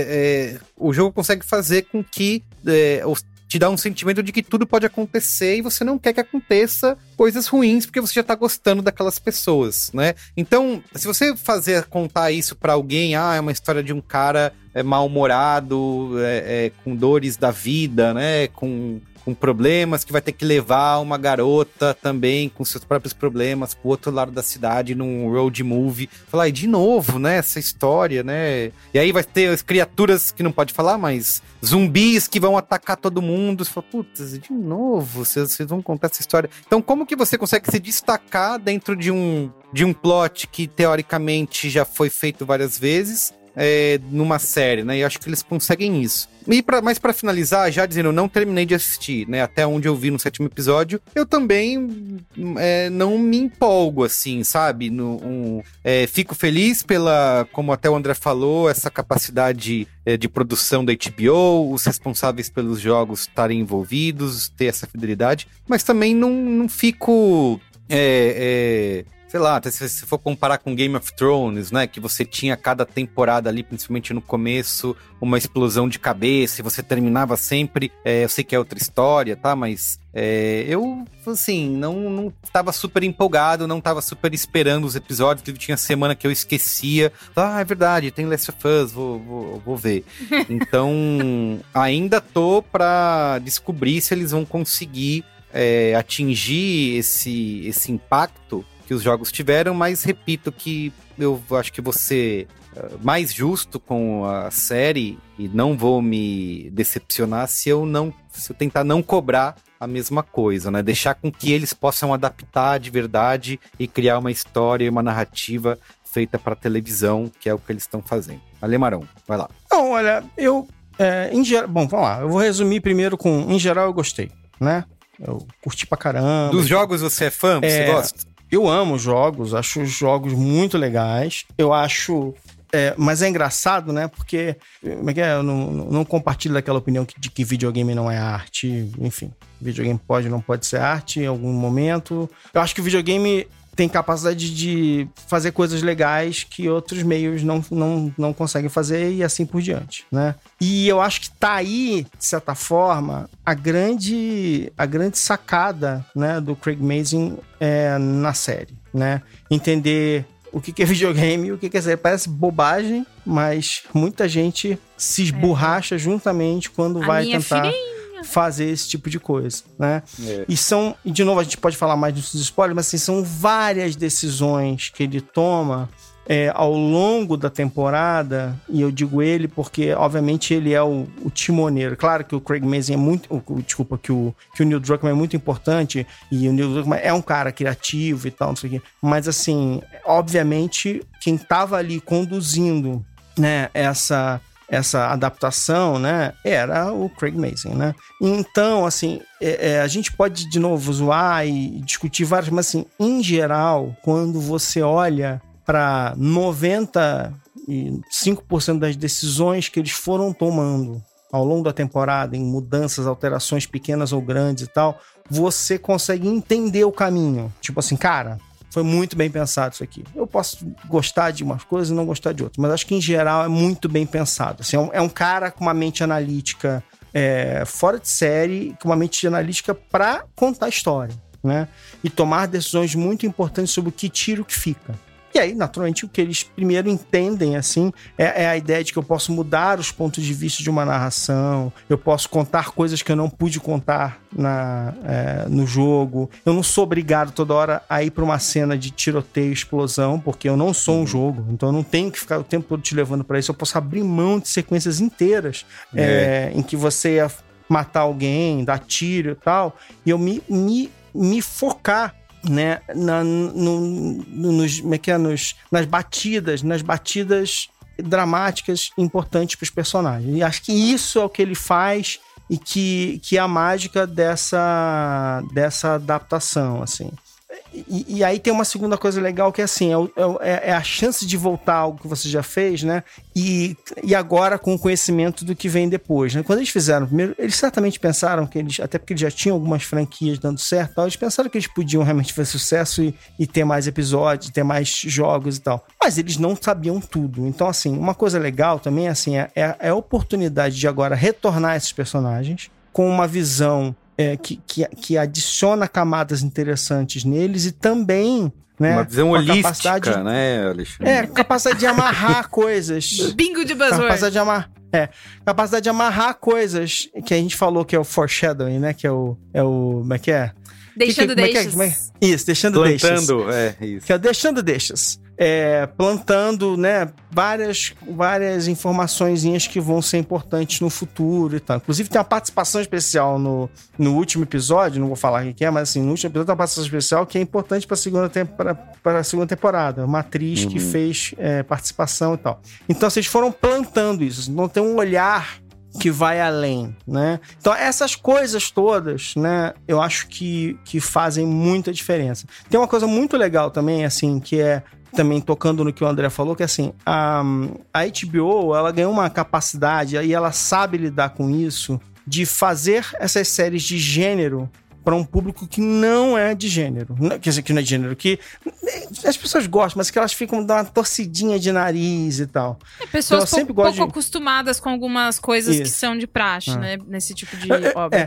o jogo consegue fazer com que te dá um sentimento de que tudo pode acontecer e você não quer que aconteça coisas ruins, porque você já tá gostando daquelas pessoas, né? Então, se você contar isso pra alguém, é uma história de um cara mal-humorado, com dores da vida, né? Com problemas, que vai ter que levar uma garota também com seus próprios problemas pro outro lado da cidade num road movie. Falar, de novo, né, essa história, né? E aí vai ter as criaturas que não pode falar, mas zumbis que vão atacar todo mundo. Você fala, putz, de novo, vocês vão contar essa história. Então, como que você consegue se destacar dentro de um plot que, teoricamente, já foi feito várias vezes, numa série, né? E acho que eles conseguem isso. Mas pra finalizar, já dizendo, eu não terminei de assistir, né? Até onde eu vi no 7º episódio, eu também não me empolgo, assim, sabe? Fico feliz como até o André falou, essa capacidade de produção da HBO, os responsáveis pelos jogos estarem envolvidos, ter essa fidelidade, mas também não fico... sei lá, se você for comparar com Game of Thrones, né, que você tinha cada temporada ali, principalmente no começo, uma explosão de cabeça, e você terminava sempre, eu sei que é outra história, tá, mas eu, assim, não tava super empolgado, não tava super esperando os episódios, que tinha semana que eu esquecia, é verdade, tem Last of Us, vou ver. Então, ainda tô pra descobrir se eles vão conseguir atingir esse impacto que os jogos tiveram, mas repito que eu acho que vou ser mais justo com a série e não vou me decepcionar se eu tentar não cobrar a mesma coisa, né? Deixar com que eles possam adaptar de verdade e criar uma história e uma narrativa feita para televisão, que é o que eles estão fazendo. Alemarão, vai lá. Não, olha, em geral... Bom, vamos lá. Eu vou resumir primeiro em geral, eu gostei, né? Eu curti pra caramba. Dos jogos você é fã? Você gosta? Eu amo jogos, acho os jogos muito legais. Eu acho... mas é engraçado, né? Porque... Como é que é? Eu não compartilho daquela opinião de que videogame não é arte. Enfim, videogame pode ou não pode ser arte em algum momento. Eu acho que o videogame tem capacidade de fazer coisas legais que outros meios não conseguem fazer e assim por diante, né? E eu acho que tá aí, de certa forma, a grande sacada, né, do Craig Mazin na série, né? Entender o que é videogame e o que é série. Parece bobagem, mas muita gente se esborracha juntamente quando vai tentar fazer esse tipo de coisa, né? E de novo, a gente pode falar mais dos spoilers, mas assim, são várias decisões que ele toma ao longo da temporada, e eu digo ele porque, obviamente, ele é o timoneiro. Claro que o Craig Mazin que o Neil Druckmann é muito importante, e o Neil Druckmann é um cara criativo e tal, não sei o quê. Mas, assim, obviamente, quem tava ali conduzindo, né, essa adaptação, né, era o Craig Mazin, né? Então, assim, a gente pode, de novo, zoar e discutir várias, mas, assim, em geral, quando você olha para 95% das decisões que eles foram tomando ao longo da temporada, em mudanças, alterações pequenas ou grandes e tal, você consegue entender o caminho. Tipo assim, cara... Foi muito bem pensado isso aqui. Eu posso gostar de umas coisas e não gostar de outras, mas acho que, em geral, é muito bem pensado. Assim, é um cara com uma mente analítica fora de série, com uma mente analítica para contar a história, né? E tomar decisões muito importantes sobre o que tira, o que fica. E aí, naturalmente, o que eles primeiro entendem, assim, é a ideia de que eu posso mudar os pontos de vista de uma narração, eu posso contar coisas que eu não pude contar no jogo, eu não sou obrigado toda hora a ir para uma cena de tiroteio e explosão, porque eu não sou um jogo, então eu não tenho que ficar o tempo todo te levando para isso, eu posso abrir mão de sequências inteiras em que você ia matar alguém, dar tiro e tal, e eu me focar, né, nas batidas dramáticas importantes para os personagens. E acho que isso é o que ele faz e que é a mágica dessa adaptação, assim. E aí tem uma segunda coisa legal que é assim, é a chance de voltar a algo que você já fez, né? E agora com o conhecimento do que vem depois, né? Quando eles fizeram primeiro, eles certamente pensaram que até porque eles já tinham algumas franquias dando certo, tal, eles pensaram que eles podiam realmente fazer sucesso e ter mais episódios, ter mais jogos e tal. Mas eles não sabiam tudo. Então, assim, uma coisa legal também, assim, é a oportunidade de agora retornar esses personagens com uma visão que adiciona camadas interessantes neles e também, né, uma visão holística, né, Alexandre? Capacidade de amarrar coisas. Bingo de buzzword. Capacidade de amarrar coisas que a gente falou que é o foreshadowing, né, que é o como é que é? Deixando deixas. Isso, deixando deixas. Plantando, isso. Que é o deixando deixas. Plantando, né, várias informaçõezinhas que vão ser importantes no futuro e tal. Inclusive tem uma participação especial no último episódio, não vou falar o que é, mas assim, no último episódio tem uma participação especial que é importante para a segunda temporada. Uma atriz que fez participação e tal. Então vocês foram plantando isso, não tem um olhar que vai além, né? Então essas coisas todas, né, eu acho que fazem muita diferença. Tem uma coisa muito legal também, assim, que é também tocando no que o André falou, que assim, a HBO, ela ganhou uma capacidade, e ela sabe lidar com isso, de fazer essas séries de gênero para um público que não é de gênero. Quer dizer, que não é de gênero, que as pessoas gostam, mas que elas ficam dando uma torcidinha de nariz e tal. Pessoas então, pouco acostumadas com algumas coisas que são de praxe, né? Nesse tipo de obra.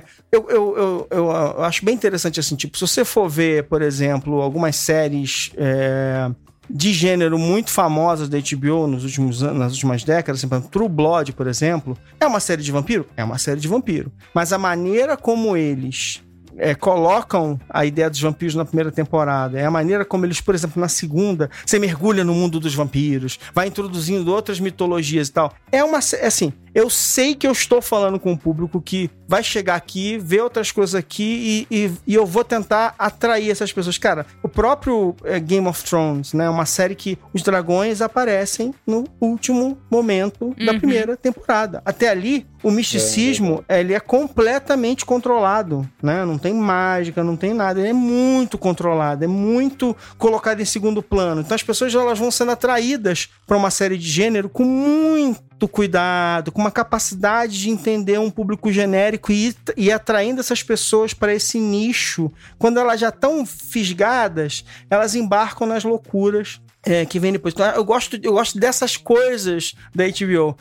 Eu acho bem interessante, assim, tipo, se você for ver, por exemplo, algumas séries de gênero muito famosas da HBO nas últimas décadas, assim, True Blood, por exemplo, é uma série de vampiro? É uma série de vampiro. Mas a maneira como eles colocam a ideia dos vampiros na primeira temporada, é a maneira como eles, por exemplo, na segunda, você mergulha no mundo dos vampiros, vai introduzindo outras mitologias e tal. Assim, eu sei que eu estou falando com um público que vai chegar aqui, ver outras coisas aqui e eu vou tentar atrair essas pessoas. Cara, o próprio Game of Thrones, né, uma série que os dragões aparecem no último momento da primeira temporada. Até ali, o misticismo, ele é completamente controlado, né? Não tem mágica, não tem nada. Ele é muito controlado, é muito colocado em segundo plano. Então as pessoas, elas vão sendo atraídas para uma série de gênero com muito cuidado, com uma capacidade de entender um público genérico e atraindo essas pessoas para esse nicho. Quando elas já estão fisgadas, elas embarcam nas loucuras que vem depois. Então, eu gosto dessas coisas da HBO.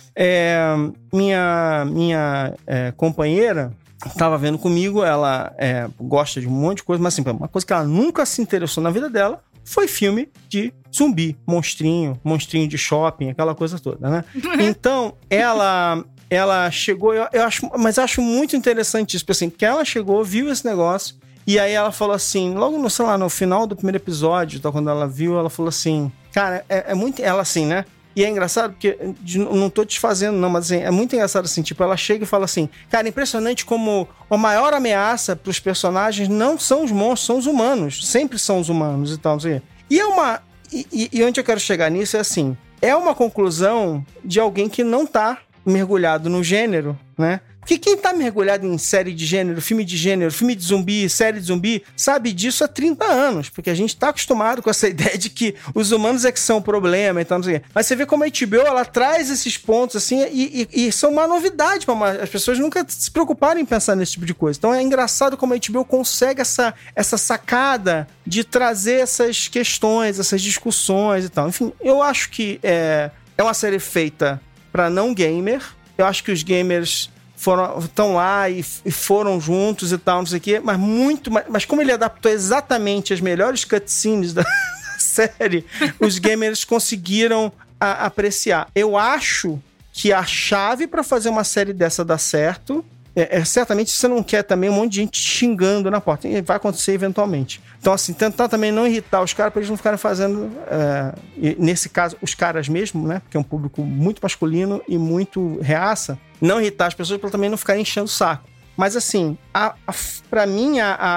Minha companheira estava vendo comigo, ela gosta de um monte de coisa, mas assim, uma coisa que ela nunca se interessou na vida dela foi filme de zumbi, monstrinho de shopping, aquela coisa toda, né? Então, ela chegou, mas acho muito interessante isso, assim, porque ela chegou, viu esse negócio, e aí ela falou assim, logo no final do primeiro episódio, então, quando ela viu, ela falou assim, cara, é muito, ela assim, né? E é engraçado porque, não tô desfazendo não, mas assim, é muito engraçado assim, tipo, ela chega e fala assim, cara, impressionante como a maior ameaça pros personagens não são os monstros, são os humanos, sempre são os humanos e tal, assim. E onde eu quero chegar nisso é assim, é uma conclusão de alguém que não tá mergulhado no gênero, né? Porque quem tá mergulhado em série de gênero, filme de zumbi, série de zumbi, sabe disso há 30 anos. Porque a gente tá acostumado com essa ideia de que os humanos é que são o problema e tal, não sei o quê. Mas você vê como a HBO, ela traz esses pontos, assim, e são uma novidade para as pessoas nunca se preocuparem em pensar nesse tipo de coisa. Então é engraçado como a HBO consegue essa sacada de trazer essas questões, essas discussões e tal. Enfim, eu acho que é uma série feita para não gamer. Eu acho que os gamers estão lá e foram juntos e tal, não sei o quê, mas como ele adaptou exatamente as melhores cutscenes da série, os gamers conseguiram apreciar. Eu acho que a chave pra fazer uma série dessa dar certo certamente você não quer também um monte de gente xingando na porta. E vai acontecer eventualmente. Então, assim, tentar também não irritar os caras pra eles não ficarem fazendo, nesse caso, os caras mesmo, né? Porque é um público muito masculino e muito reaça. Não irritar as pessoas pra também não ficarem enchendo o saco. Mas, assim, pra mim,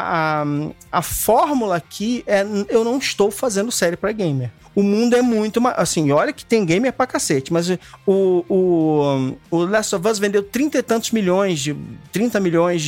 a fórmula aqui é: eu não estou fazendo série pra gamer. O mundo é muito... Assim, olha que tem gamer pra cacete, mas o Last of Us vendeu 30 e tantos milhões, 30 milhões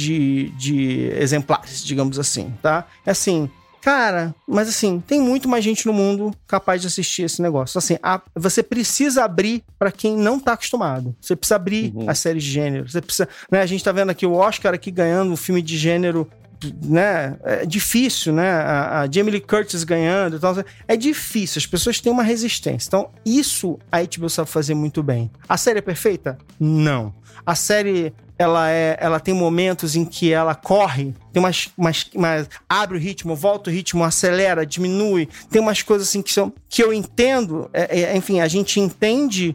de exemplares, digamos assim, tá? É assim... Cara, mas assim, tem muito mais gente no mundo capaz de assistir esse negócio. Assim, você precisa abrir pra quem não tá acostumado. Você precisa abrir as séries de gênero. Você precisa, né? A gente tá vendo aqui o Oscar aqui ganhando um filme de gênero, né? É difícil, né? A Jamie Lee Curtis ganhando e tal. É difícil, as pessoas têm uma resistência. Então, isso a HBO sabe fazer muito bem. A série é perfeita? Não. A série... Ela tem momentos em que ela corre, tem umas abre o ritmo, volta o ritmo, acelera, diminui. Tem umas coisas assim que eu entendo, enfim, a gente entende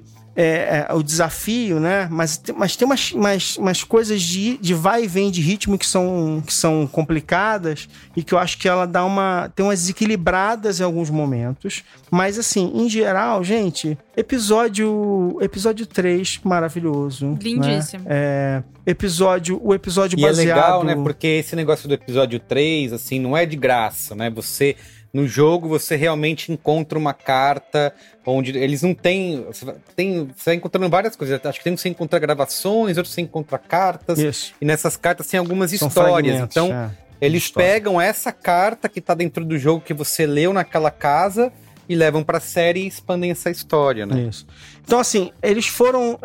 o desafio, né? Mas tem umas coisas de vai e vem de ritmo que são complicadas e que eu acho que ela tem umas desequilibradas em alguns momentos. Mas, assim, em geral, gente, episódio 3, maravilhoso. Lindíssimo. Né? O episódio e baseado... é legal, né? Porque esse negócio do episódio 3, assim, não é de graça, né? No jogo, você realmente encontra uma carta onde eles não têm... Você vai encontrando várias coisas. Acho que tem que você encontra gravações, outros você encontra cartas. Isso. E nessas cartas tem algumas histórias. Então, eles pegam essa carta que tá dentro do jogo que você leu naquela casa e levam pra série e expandem essa história, né? Isso. Então, assim, eles foram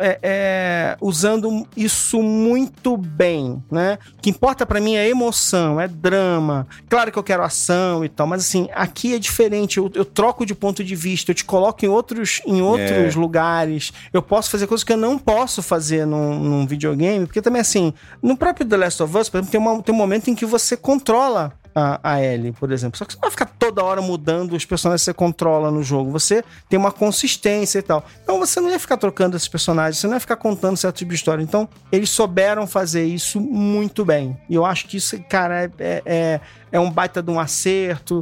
usando isso muito bem, né? O que importa pra mim é emoção, é drama. Claro que eu quero ação e tal, mas, assim, aqui é diferente. Eu troco de ponto de vista, eu te coloco em outros lugares. Eu posso fazer coisas que eu não posso fazer num videogame, porque também, assim, no próprio The Last of Us, por exemplo, tem um momento em que você controla a Ellie, por exemplo. Só que você não vai ficar toda hora mudando os personagens que você controla no jogo. Você tem uma consistência e tal. Então você não ia ficar trocando esses personagens, você não ia ficar contando certo tipo de história. Então eles souberam fazer isso muito bem. E eu acho que isso, cara, é um baita de um acerto.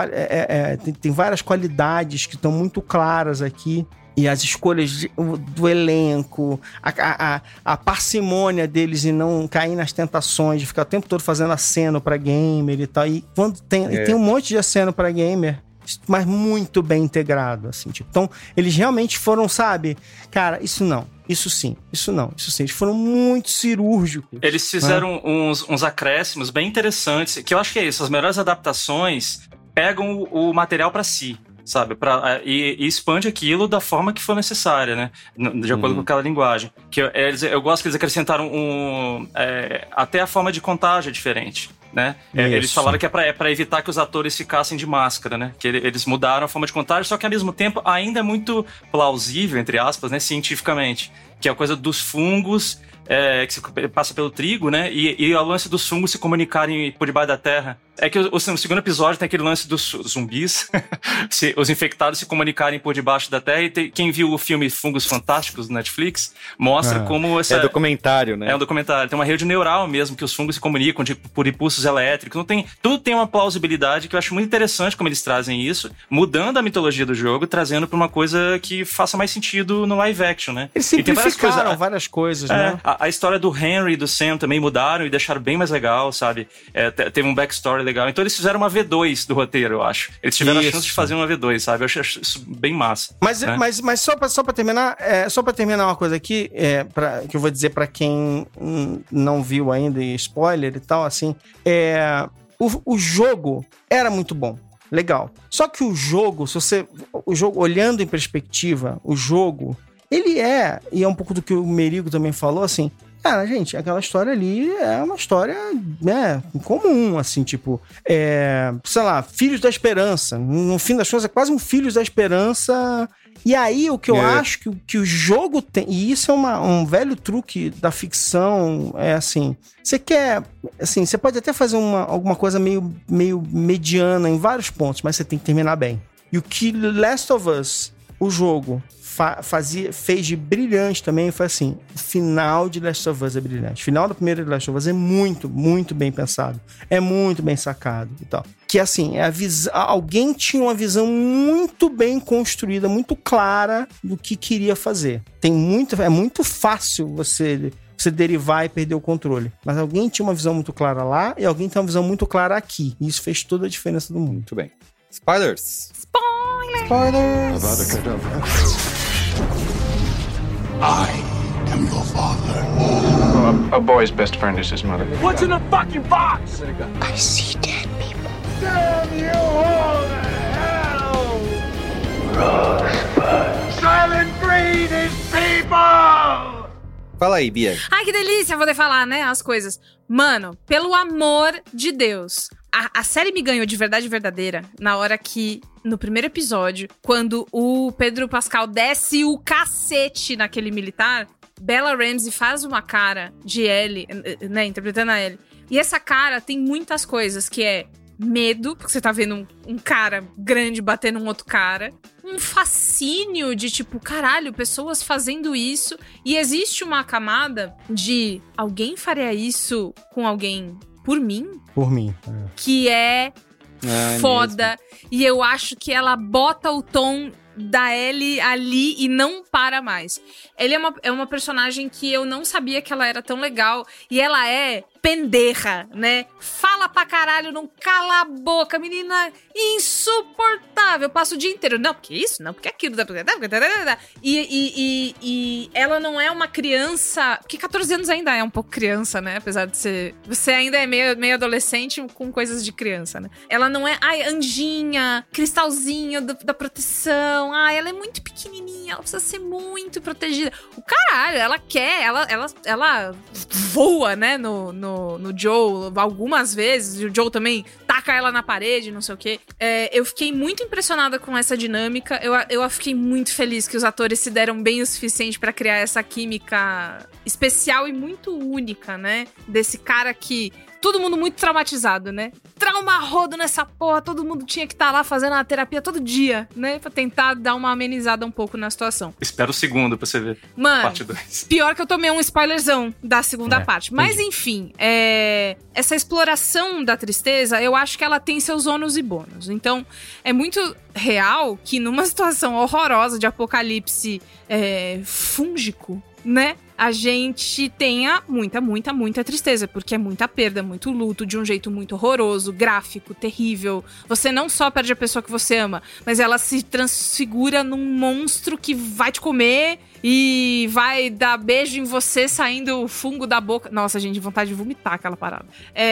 Tem várias qualidades que estão muito claras aqui. E as escolhas do elenco, a parcimônia deles em não cair nas tentações de ficar o tempo todo fazendo aceno pra gamer e tal. E quando tem um monte de aceno pra gamer, mas muito bem integrado, assim, tipo. Então, eles realmente foram, sabe? Cara, isso não. Isso sim, isso não, isso sim. Eles foram muito cirúrgicos. Eles fizeram uns acréscimos bem interessantes, que eu acho que é isso. As melhores adaptações pegam o material pra si, sabe? E expande aquilo da forma que for necessária, né? De acordo com aquela linguagem. Eu gosto que eles acrescentaram até a forma de contagem é diferente, né? Eles falaram que é pra evitar que os atores ficassem de máscara, né? Que eles mudaram a forma de contagem, só que ao mesmo tempo ainda é muito plausível, entre aspas, né? Cientificamente. Que é a coisa dos fungos... que se passa pelo trigo, né? E o lance dos fungos se comunicarem por debaixo da terra. É que o segundo episódio tem aquele lance dos zumbis, os infectados se comunicarem por debaixo da terra. E quem viu o filme Fungos Fantásticos do Netflix mostra como essa... É documentário, né? É um documentário. Tem uma rede neural mesmo que os fungos se comunicam por impulsos elétricos. Tudo tem uma plausibilidade que eu acho muito interessante como eles trazem isso, mudando a mitologia do jogo, trazendo pra uma coisa que faça mais sentido no live action, né? Eles simplificaram várias coisas, né? A história do Henry e do Sam também mudaram e deixaram bem mais legal, sabe? Teve um backstory legal. Então eles fizeram uma V2 do roteiro, eu acho. Eles tiveram a chance de fazer uma V2, sabe? Eu acho isso bem massa. Mas só pra terminar, uma coisa aqui, que eu vou dizer pra quem não viu ainda, e spoiler e tal, assim, o jogo era muito bom. Legal. Só que o jogo, olhando em perspectiva, o jogo, ele e é um pouco do que o Merigo também falou, assim, cara, gente, aquela história ali é uma história, né, comum, assim, tipo, sei lá, Filhos da Esperança. No fim das contas, é quase um Filhos da Esperança E aí, o que eu acho que o jogo tem... E isso é um velho truque da ficção, é assim... Você quer... Assim, você pode até fazer alguma coisa meio mediana em vários pontos, mas você tem que terminar bem. E o que Last of Us, o jogo... fez de brilhante também, foi assim, o final de Last of Us é brilhante. O final da primeira de Last of Us é muito, muito bem pensado. É muito bem sacado e tal. Que assim, alguém tinha uma visão muito bem construída, muito clara do que queria fazer. É muito fácil você derivar e perder o controle. Mas alguém tinha uma visão muito clara lá e alguém tem uma visão muito clara aqui. E isso fez toda a diferença do mundo. Muito bem. Spoilers! I am your father. A boy's best friend is his mother. What's in the fucking box? I see dead people. Damn you all to hell! Rosebud. Silent Breed is people! Fala aí, Bia. Ai, que delícia poder falar, né, as coisas. Mano, pelo amor de Deus, a série me ganhou de verdade verdadeira na hora que, no primeiro episódio, quando o Pedro Pascal desce o cacete naquele militar, Bella Ramsey faz uma cara de Ellie, né, interpretando a Ellie. E essa cara tem muitas coisas, que é medo, porque você tá vendo um cara grande batendo um outro cara. Um fascínio de tipo, caralho, pessoas fazendo isso. E existe uma camada de alguém faria isso com alguém por mim? Por mim. Que é foda. Mesmo. E eu acho que ela bota o tom da Ellie ali e não para mais. Ele é uma personagem que eu não sabia que ela era tão legal. E ela é penderra, né? Fala pra caralho, não cala a boca. Menina insuportável. Passa o dia inteiro. Não, porque isso? Não, porque aquilo. E ela não é uma criança... Porque 14 anos ainda é um pouco criança, né? Apesar de ser... Você ainda é meio adolescente com coisas de criança, né? Ela não é... Ai, anjinha, cristalzinho da proteção. Ai, ela é muito pequenininha. Ela precisa ser muito protegida. O caralho, ela quer... Ela voa, né? No Joel algumas vezes, e o Joel também taca ela na parede, não sei o quê. Eu fiquei muito impressionada com essa dinâmica. Eu fiquei muito feliz que os atores se deram bem o suficiente pra criar essa química especial e muito única, né? Desse cara que... Todo mundo muito traumatizado, né? Trauma rodo nessa porra. Todo mundo tinha que estar lá fazendo a terapia todo dia, né? Pra tentar dar uma amenizada um pouco na situação. Espera o segundo pra você ver. Mano, parte 2. Pior que eu tomei um spoilerzão da segunda parte. Mas enfim, essa exploração da tristeza, eu acho que ela tem seus ônus e bônus. Então, é muito real que numa situação horrorosa de apocalipse fúngico, né? A gente tenha muita tristeza, porque é muita perda, muito luto, de um jeito muito horroroso, gráfico, terrível. Você não só perde a pessoa que você ama, mas ela se transfigura num monstro que vai te comer e vai dar beijo em você saindo fungo da boca. Nossa, gente, vontade de vomitar aquela parada.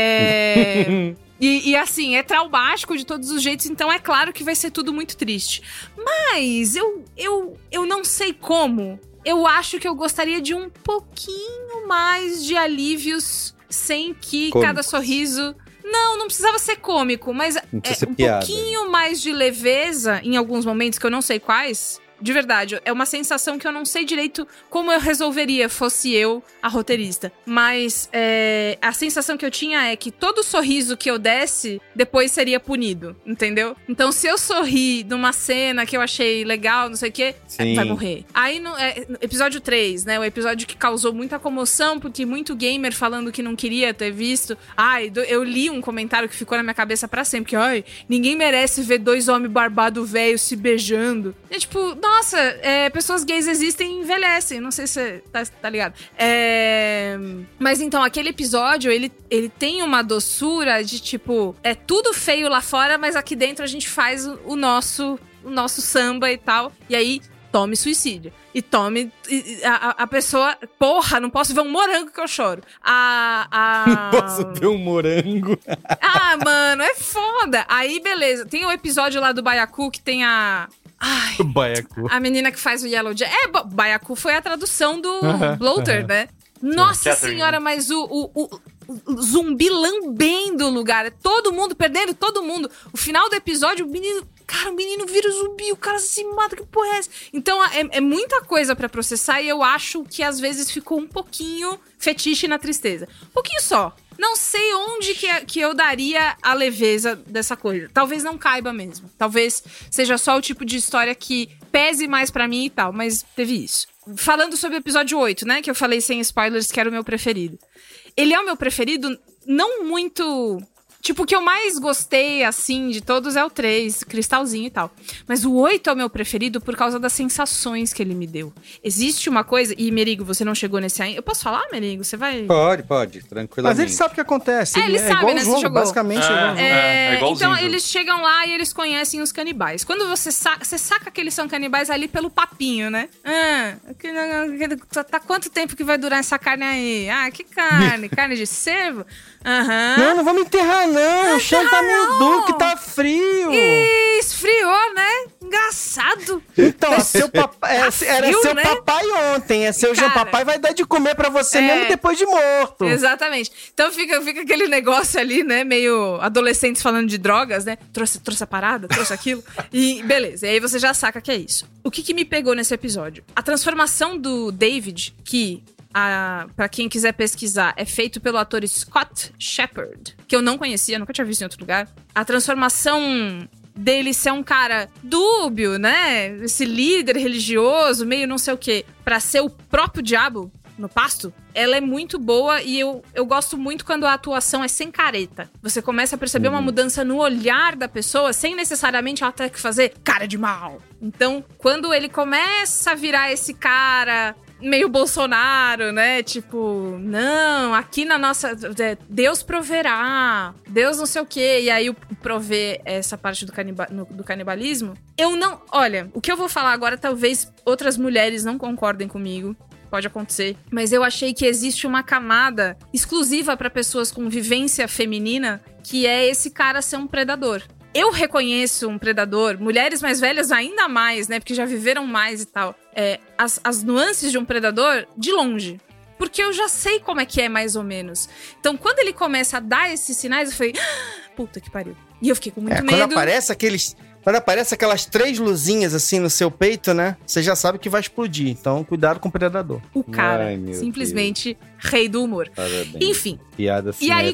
E assim, é traumático de todos os jeitos, então é claro que vai ser tudo muito triste. Mas eu não sei como... Eu acho que eu gostaria de um pouquinho mais de alívios sem que cada sorriso... Não precisava ser cômico, mas um pouquinho mais de leveza em alguns momentos, que eu não sei quais... De verdade, é uma sensação que eu não sei direito como eu resolveria, fosse eu a roteirista. Mas a sensação que eu tinha é que todo sorriso que eu desse, depois seria punido, entendeu? Então, se eu sorrir numa cena que eu achei legal, não sei o quê, vai morrer. Aí, no episódio 3, né? O episódio que causou muita comoção, porque muito gamer falando que não queria ter visto. Ai, eu li um comentário que ficou na minha cabeça pra sempre, que, ai, ninguém merece ver dois homens barbados velhos se beijando. É tipo... Nossa, pessoas gays existem e envelhecem. Não sei se você tá ligado. Mas então, aquele episódio, ele tem uma doçura de tipo... É tudo feio lá fora, mas aqui dentro a gente faz o nosso samba e tal. E aí... Tome suicídio. E tome... A pessoa... Porra, não posso ver um morango que eu choro. Não posso ver um morango. Mano, é foda. Aí, beleza. Tem o episódio lá do Baiacu que tem a... Ai, Baiacu. A menina que faz o Yellow Jack. Baiacu foi a tradução do Bloater, né? Nossa senhora, mas o zumbi lambendo o lugar. Todo mundo perdendo, todo mundo. O final do episódio, o menino cara, o menino vira zumbi, o cara se mata, que porra é essa? Então é muita coisa pra processar e eu acho que às vezes ficou um pouquinho fetiche na tristeza. Um pouquinho só. Não sei onde que eu daria a leveza dessa coisa. Talvez não caiba mesmo. Talvez seja só o tipo de história que pese mais pra mim e tal, mas teve isso. Falando sobre o episódio 8, né, que eu falei sem spoilers que era o meu preferido. Ele é o meu preferido, não muito... Tipo, o que eu mais gostei, assim, de todos é o 3, cristalzinho e tal. Mas o 8 é o meu preferido por causa das sensações que ele me deu. Existe uma coisa... E, Merigo, você não chegou nesse ainda. Eu posso falar, Merigo? Você vai... Pode, tranquilamente. Mas ele sabe o que acontece. Ele sabe, igual né? o jogo, Você jogou. basicamente. É igualzinho. Então, eles chegam lá e eles conhecem os canibais. Quando você saca que eles são canibais ali pelo papinho, né? Tá quanto tempo que vai durar essa carne aí? Ah, que carne? Carne de cervo? Aham. Não vamos enterrar, não. O chão tá meio duro, que tá frio. Ih, esfriou, né? Engraçado. Então, era seu né? papai ontem. É seu Cara, papai vai dar de comer pra você mesmo depois de morto. Exatamente. Então fica aquele negócio ali, né? Meio adolescentes falando de drogas, né? Trouxe a parada, trouxe aquilo. E beleza. E aí você já saca que é isso. O que me pegou nesse episódio? A transformação do David, que... pra quem quiser pesquisar, é feito pelo ator Scott Shepherd, que eu não conhecia, nunca tinha visto em outro lugar. A transformação dele ser um cara dúbio, né? Esse líder religioso, meio não sei o quê, pra ser o próprio diabo no pasto, ela é muito boa e eu gosto muito quando a atuação é sem careta. Você começa a perceber uma mudança no olhar da pessoa sem necessariamente ela ter que fazer cara de mal. Então, quando ele começa a virar esse cara... meio Bolsonaro, né? Tipo, não, aqui na nossa... Deus proverá, Deus não sei o quê. E aí o prover essa parte do canibalismo. Eu não... Olha, o que eu vou falar agora, talvez outras mulheres não concordem comigo. Pode acontecer. Mas eu achei que existe uma camada exclusiva para pessoas com vivência feminina, que é esse cara ser um predador. Eu reconheço um predador, mulheres mais velhas ainda mais, né? Porque já viveram mais e tal. As nuances de um predador de longe. Porque eu já sei como é que é, mais ou menos. Então, quando ele começa a dar esses sinais, eu falei... puta que pariu. E eu fiquei com muito medo. Quando aparece aquelas 3 luzinhas assim no seu peito, né? Você já sabe que vai explodir. Então, cuidado com o predador. O cara, simplesmente rei do humor. Parabéns. Enfim. Piada e aí,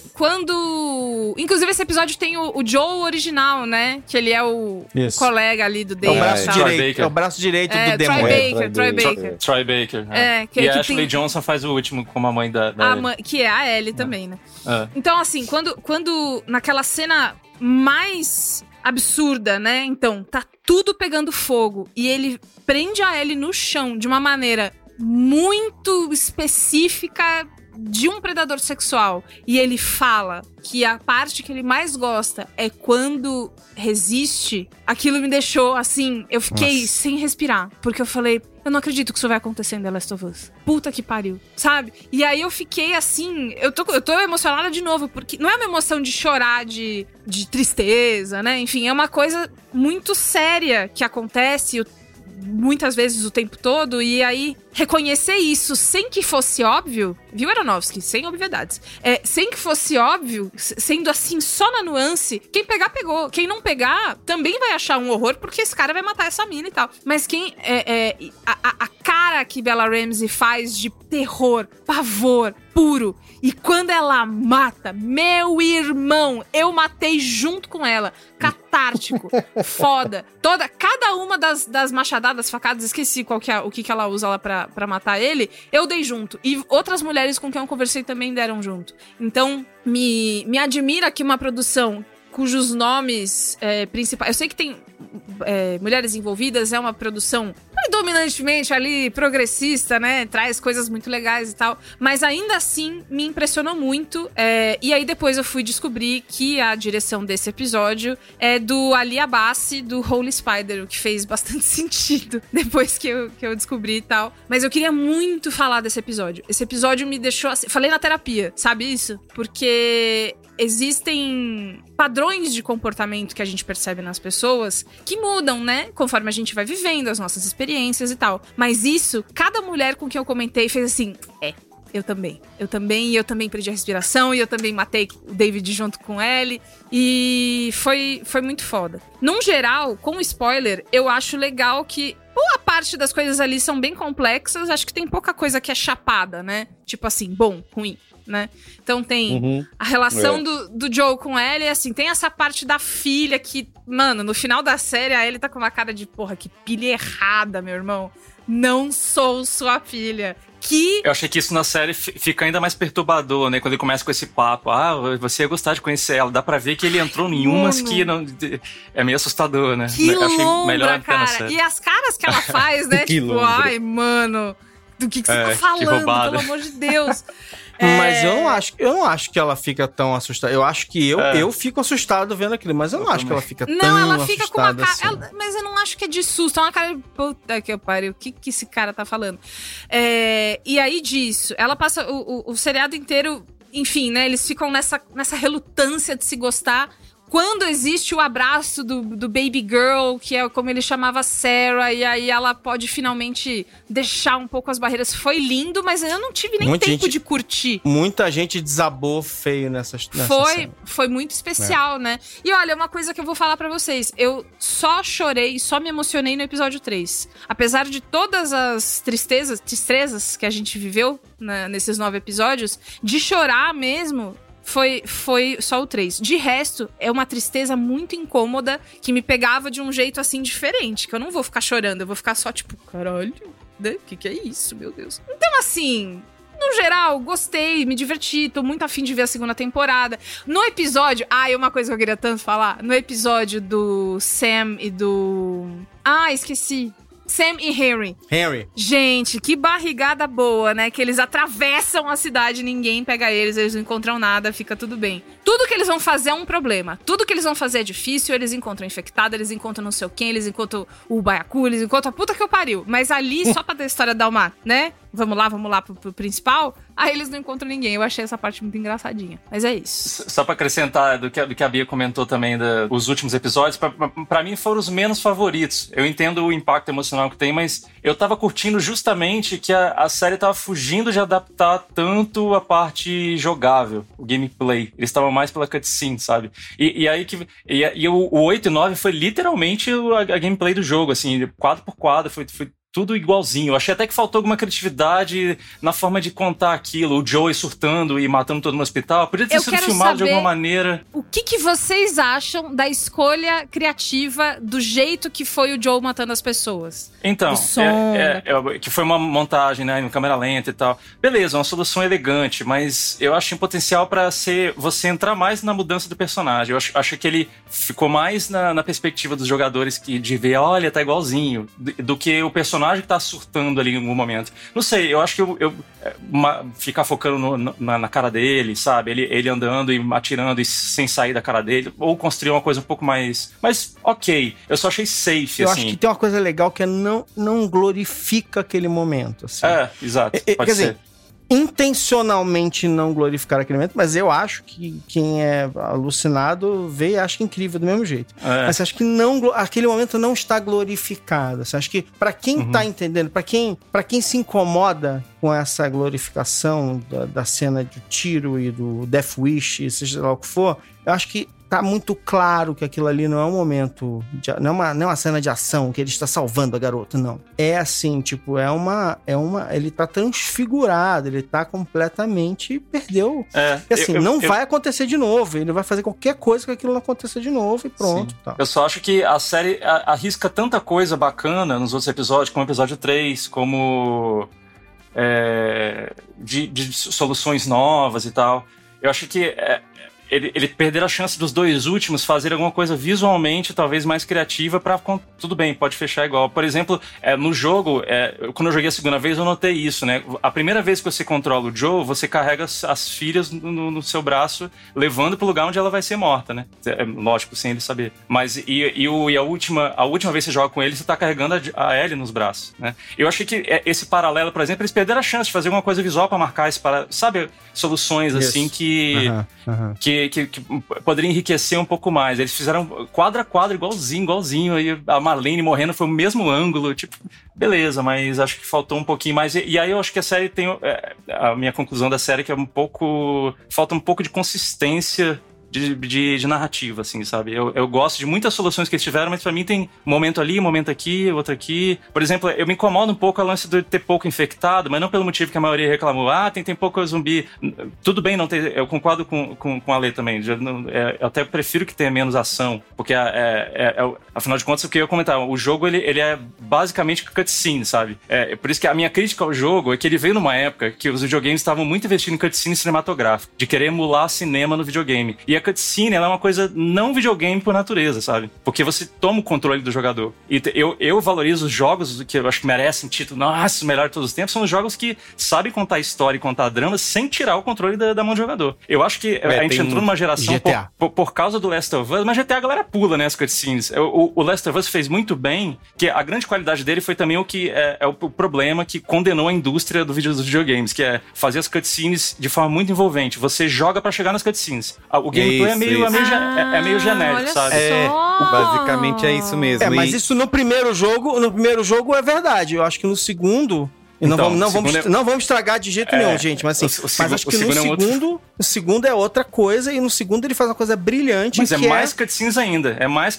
quando... Inclusive, esse episódio tem o Joe original, né? Que ele é o colega ali do David. É o braço direito do demônio. Troy Baker. E a Ashley Johnson faz o último como a mãe da Ellie. Que é a Ellie também, né? Então, assim, quando naquela cena mais... absurda, né? Então, tá tudo pegando fogo e ele prende a Ellie no chão de uma maneira muito específica de um predador sexual. E ele fala que a parte que ele mais gosta é quando resiste. Aquilo me deixou, assim, eu fiquei sem respirar. Porque eu falei, eu não acredito que isso vai acontecer em The Last of Us. Puta que pariu, sabe? E aí eu fiquei assim, eu tô emocionada de novo, porque não é uma emoção de chorar, de tristeza, né? Enfim, é uma coisa muito séria que acontece muitas vezes o tempo todo, e aí reconhecer isso sem que fosse óbvio, viu, Aronofsky? Sem obviedades. Sem que fosse óbvio, sendo assim, só na nuance, quem pegar, pegou. Quem não pegar, também vai achar um horror, porque esse cara vai matar essa mina e tal. Mas quem... a cara que Bella Ramsey faz de terror, pavor, puro, e quando ela mata, meu irmão, eu matei junto com ela. Catártico, foda. Cada uma das machadadas, facadas, esqueci o que ela usa lá pra matar ele, eu dei junto. E outras mulheres com quem eu conversei também deram junto. Então, me admira que uma produção cujos nomes principais... Eu sei que tem mulheres envolvidas, é uma produção predominantemente ali progressista, né? Traz coisas muito legais e tal. Mas ainda assim, me impressionou muito. E aí depois eu fui descobrir que a direção desse episódio é do Ali Abbasi, do Holy Spider, o que fez bastante sentido depois que eu descobri e tal. Mas eu queria muito falar desse episódio. Esse episódio me deixou assim... Falei na terapia, sabe isso? Porque existem padrões de comportamento que a gente percebe nas pessoas que mudam, né? Conforme a gente vai vivendo as nossas experiências e tal. Mas isso, cada mulher com quem eu comentei fez assim... Eu também. E eu também perdi a respiração. E eu também matei o David junto com ele. E foi muito foda. Num geral, com spoiler, eu acho legal que boa parte das coisas ali são bem complexas. Acho que tem pouca coisa que é chapada, né? Tipo assim, bom, ruim, né? Então tem a relação do Joe com a Ellie, assim, tem essa parte da filha que, mano, no final da série a Ellie tá com uma cara de, porra, que pilha errada, meu irmão. Não sou sua filha. Eu achei que isso na série fica ainda mais perturbador, né? Quando ele começa com esse papo. Você ia gostar de conhecer ela. Dá pra ver que ele entrou em umas que não... É meio assustador, né? Que eu achei lombra, melhor até na cara. série. E as caras que ela faz, né? Que tipo, lombra. ai, mano, do que você tá falando, pelo amor de Deus. Mas eu não acho que ela fica tão assustada. Eu acho que eu fico assustado vendo aquilo, mas eu não acho que ela fica tão assustada. Não, ela fica com uma cara... assim. Mas eu não acho que é de susto. É uma cara de puta que eu pariu. O que esse cara tá falando? E aí disso, ela passa o seriado inteiro... Enfim, né? Eles ficam nessa relutância de se gostar. Quando existe o abraço do baby girl, que é como ele chamava Sarah, e aí ela pode finalmente deixar um pouco as barreiras. Foi lindo, mas eu não tive nem tempo de curtir. Muita gente desabou feio nessa cena. Foi muito especial, né? E olha, uma coisa que eu vou falar pra vocês. Eu só chorei, só me emocionei no episódio 3. Apesar de todas as tristezas que a gente viveu nesses 9 episódios, de chorar mesmo... Foi só o 3. De resto, é uma tristeza muito incômoda que me pegava de um jeito, assim, diferente. Que eu não vou ficar chorando, eu vou ficar só, tipo, caralho, né? Que é isso, meu Deus? Então, assim... No geral, gostei, me diverti, tô muito afim de ver a segunda temporada. No episódio... uma coisa que eu queria tanto falar. No episódio do Sam e do... esqueci. Sam e Henry. Gente, que barrigada boa, né? Que eles atravessam a cidade, ninguém pega eles não encontram nada, fica tudo bem. Tudo que eles vão fazer é um problema. Tudo que eles vão fazer é difícil, eles encontram infectado, eles encontram não sei quem, eles encontram o baiacu, eles encontram a puta que eu pariu. Mas ali, só pra ter a história dar uma, né? Vamos lá pro principal. Aí eles não encontram ninguém. Eu achei essa parte muito engraçadinha. Mas é isso. Só pra acrescentar do que a Bia comentou também, os últimos episódios, pra mim foram os menos favoritos. Eu entendo o impacto emocional que tem, mas eu tava curtindo justamente que a série tava fugindo de adaptar tanto a parte jogável, o gameplay. Eles estavam mais pela cutscene, sabe? E aí o 8 e 9 foi literalmente a gameplay do jogo, assim, quadro por quadro, foi tudo igualzinho. Eu achei até que faltou alguma criatividade na forma de contar aquilo. O Joey surtando e matando todo no hospital. Podia ter sido filmado de alguma maneira. O que vocês acham da escolha criativa do jeito que foi o Joe matando as pessoas? Então, que foi uma montagem, né, em câmera lenta e tal. Beleza, uma solução elegante, mas eu acho em potencial pra ser você entrar mais na mudança do personagem. Eu acho que ele ficou mais na perspectiva dos jogadores de ver, olha, tá igualzinho, do que o personagem que tá surtando ali em algum momento. Não sei, eu acho que eu ficar focando na cara dele, sabe? Ele andando e atirando e sem sair da cara dele, ou construir uma coisa um pouco mais... Mas, ok, eu só achei safe, eu assim. acho que tem uma coisa legal que é não glorifica aquele momento, assim. Exato, pode ser. Dizer, intencionalmente não glorificar aquele momento, mas eu acho que quem é alucinado vê e acha incrível do mesmo jeito. Mas você acha que aquele momento não está glorificado. Você acha que, pra quem tá entendendo, pra quem se incomoda com essa glorificação da cena de tiro e do Death Wish, seja lá o que for, eu acho que tá muito claro que aquilo ali não é um momento, não é uma cena de ação que ele está salvando a garota, não. É assim, tipo, ele tá transfigurado, ele tá completamente, perdeu. Assim, vai acontecer de novo, ele vai fazer qualquer coisa que aquilo não aconteça de novo e pronto. Tá. Eu só acho que a série arrisca tanta coisa bacana nos outros episódios, como o episódio 3, como de soluções novas e tal. Eu acho que ele perder a chance dos dois últimos fazer alguma coisa visualmente talvez mais criativa pra... Tudo bem, pode fechar igual. Por exemplo, no jogo, quando eu joguei a segunda vez, eu notei isso, né? A primeira vez que você controla o Joe, você carrega as filhas no seu braço, levando pro lugar onde ela vai ser morta, né? Lógico, sem ele saber. Mas a última vez que você joga com ele, você tá carregando a Ellie nos braços, né? Eu achei que esse paralelo, por exemplo, eles perderam a chance de fazer alguma coisa visual pra marcar esse paralelo. Sabe? Soluções assim que que poderia enriquecer um pouco mais. Eles fizeram quadro a quadro, igualzinho. Aí a Marlene morrendo foi o mesmo ângulo. Tipo, beleza, mas acho que faltou um pouquinho mais. E aí eu acho que a série tem... a minha conclusão da série é que falta um pouco de consistência de narrativa, assim, sabe? Eu gosto de muitas soluções que eles tiveram, mas pra mim tem momento ali, momento aqui, outro aqui. Por exemplo, eu me incomodo um pouco a lance de ter pouco infectado, mas não pelo motivo que a maioria reclamou. Tem pouco zumbi. Tudo bem não ter... Eu concordo com a Lê também. Eu até prefiro que tenha menos ação, porque afinal de contas, o que eu ia comentar, o jogo ele é basicamente cutscene, sabe? Por isso que a minha crítica ao jogo é que ele veio numa época que os videogames estavam muito investindo em cutscene cinematográfico, de querer emular cinema no videogame. E a cutscene, ela é uma coisa não videogame por natureza, sabe? Porque você toma o controle do jogador. E eu valorizo os jogos que eu acho que merecem título, nossa, o melhor de todos os tempos, são os jogos que sabem contar história e contar drama sem tirar o controle da mão do jogador. Eu acho que a gente entrou numa geração por causa do Last of Us, mas GTA a galera pula, né, as cutscenes. O Last of Us fez muito bem, que a grande qualidade dele foi também o que é o problema que condenou a indústria dos videogames, que é fazer as cutscenes de forma muito envolvente. Você joga pra chegar nas cutscenes. O gameplay é meio genérico, sabe? Basicamente é isso mesmo. Mas isso no primeiro jogo é verdade. Eu acho que no segundo... Não vamos estragar de jeito nenhum, gente. Mas assim, mas acho que no segundo é outra coisa, e no segundo ele faz uma coisa brilhante. Mas é mais cutscenes ainda.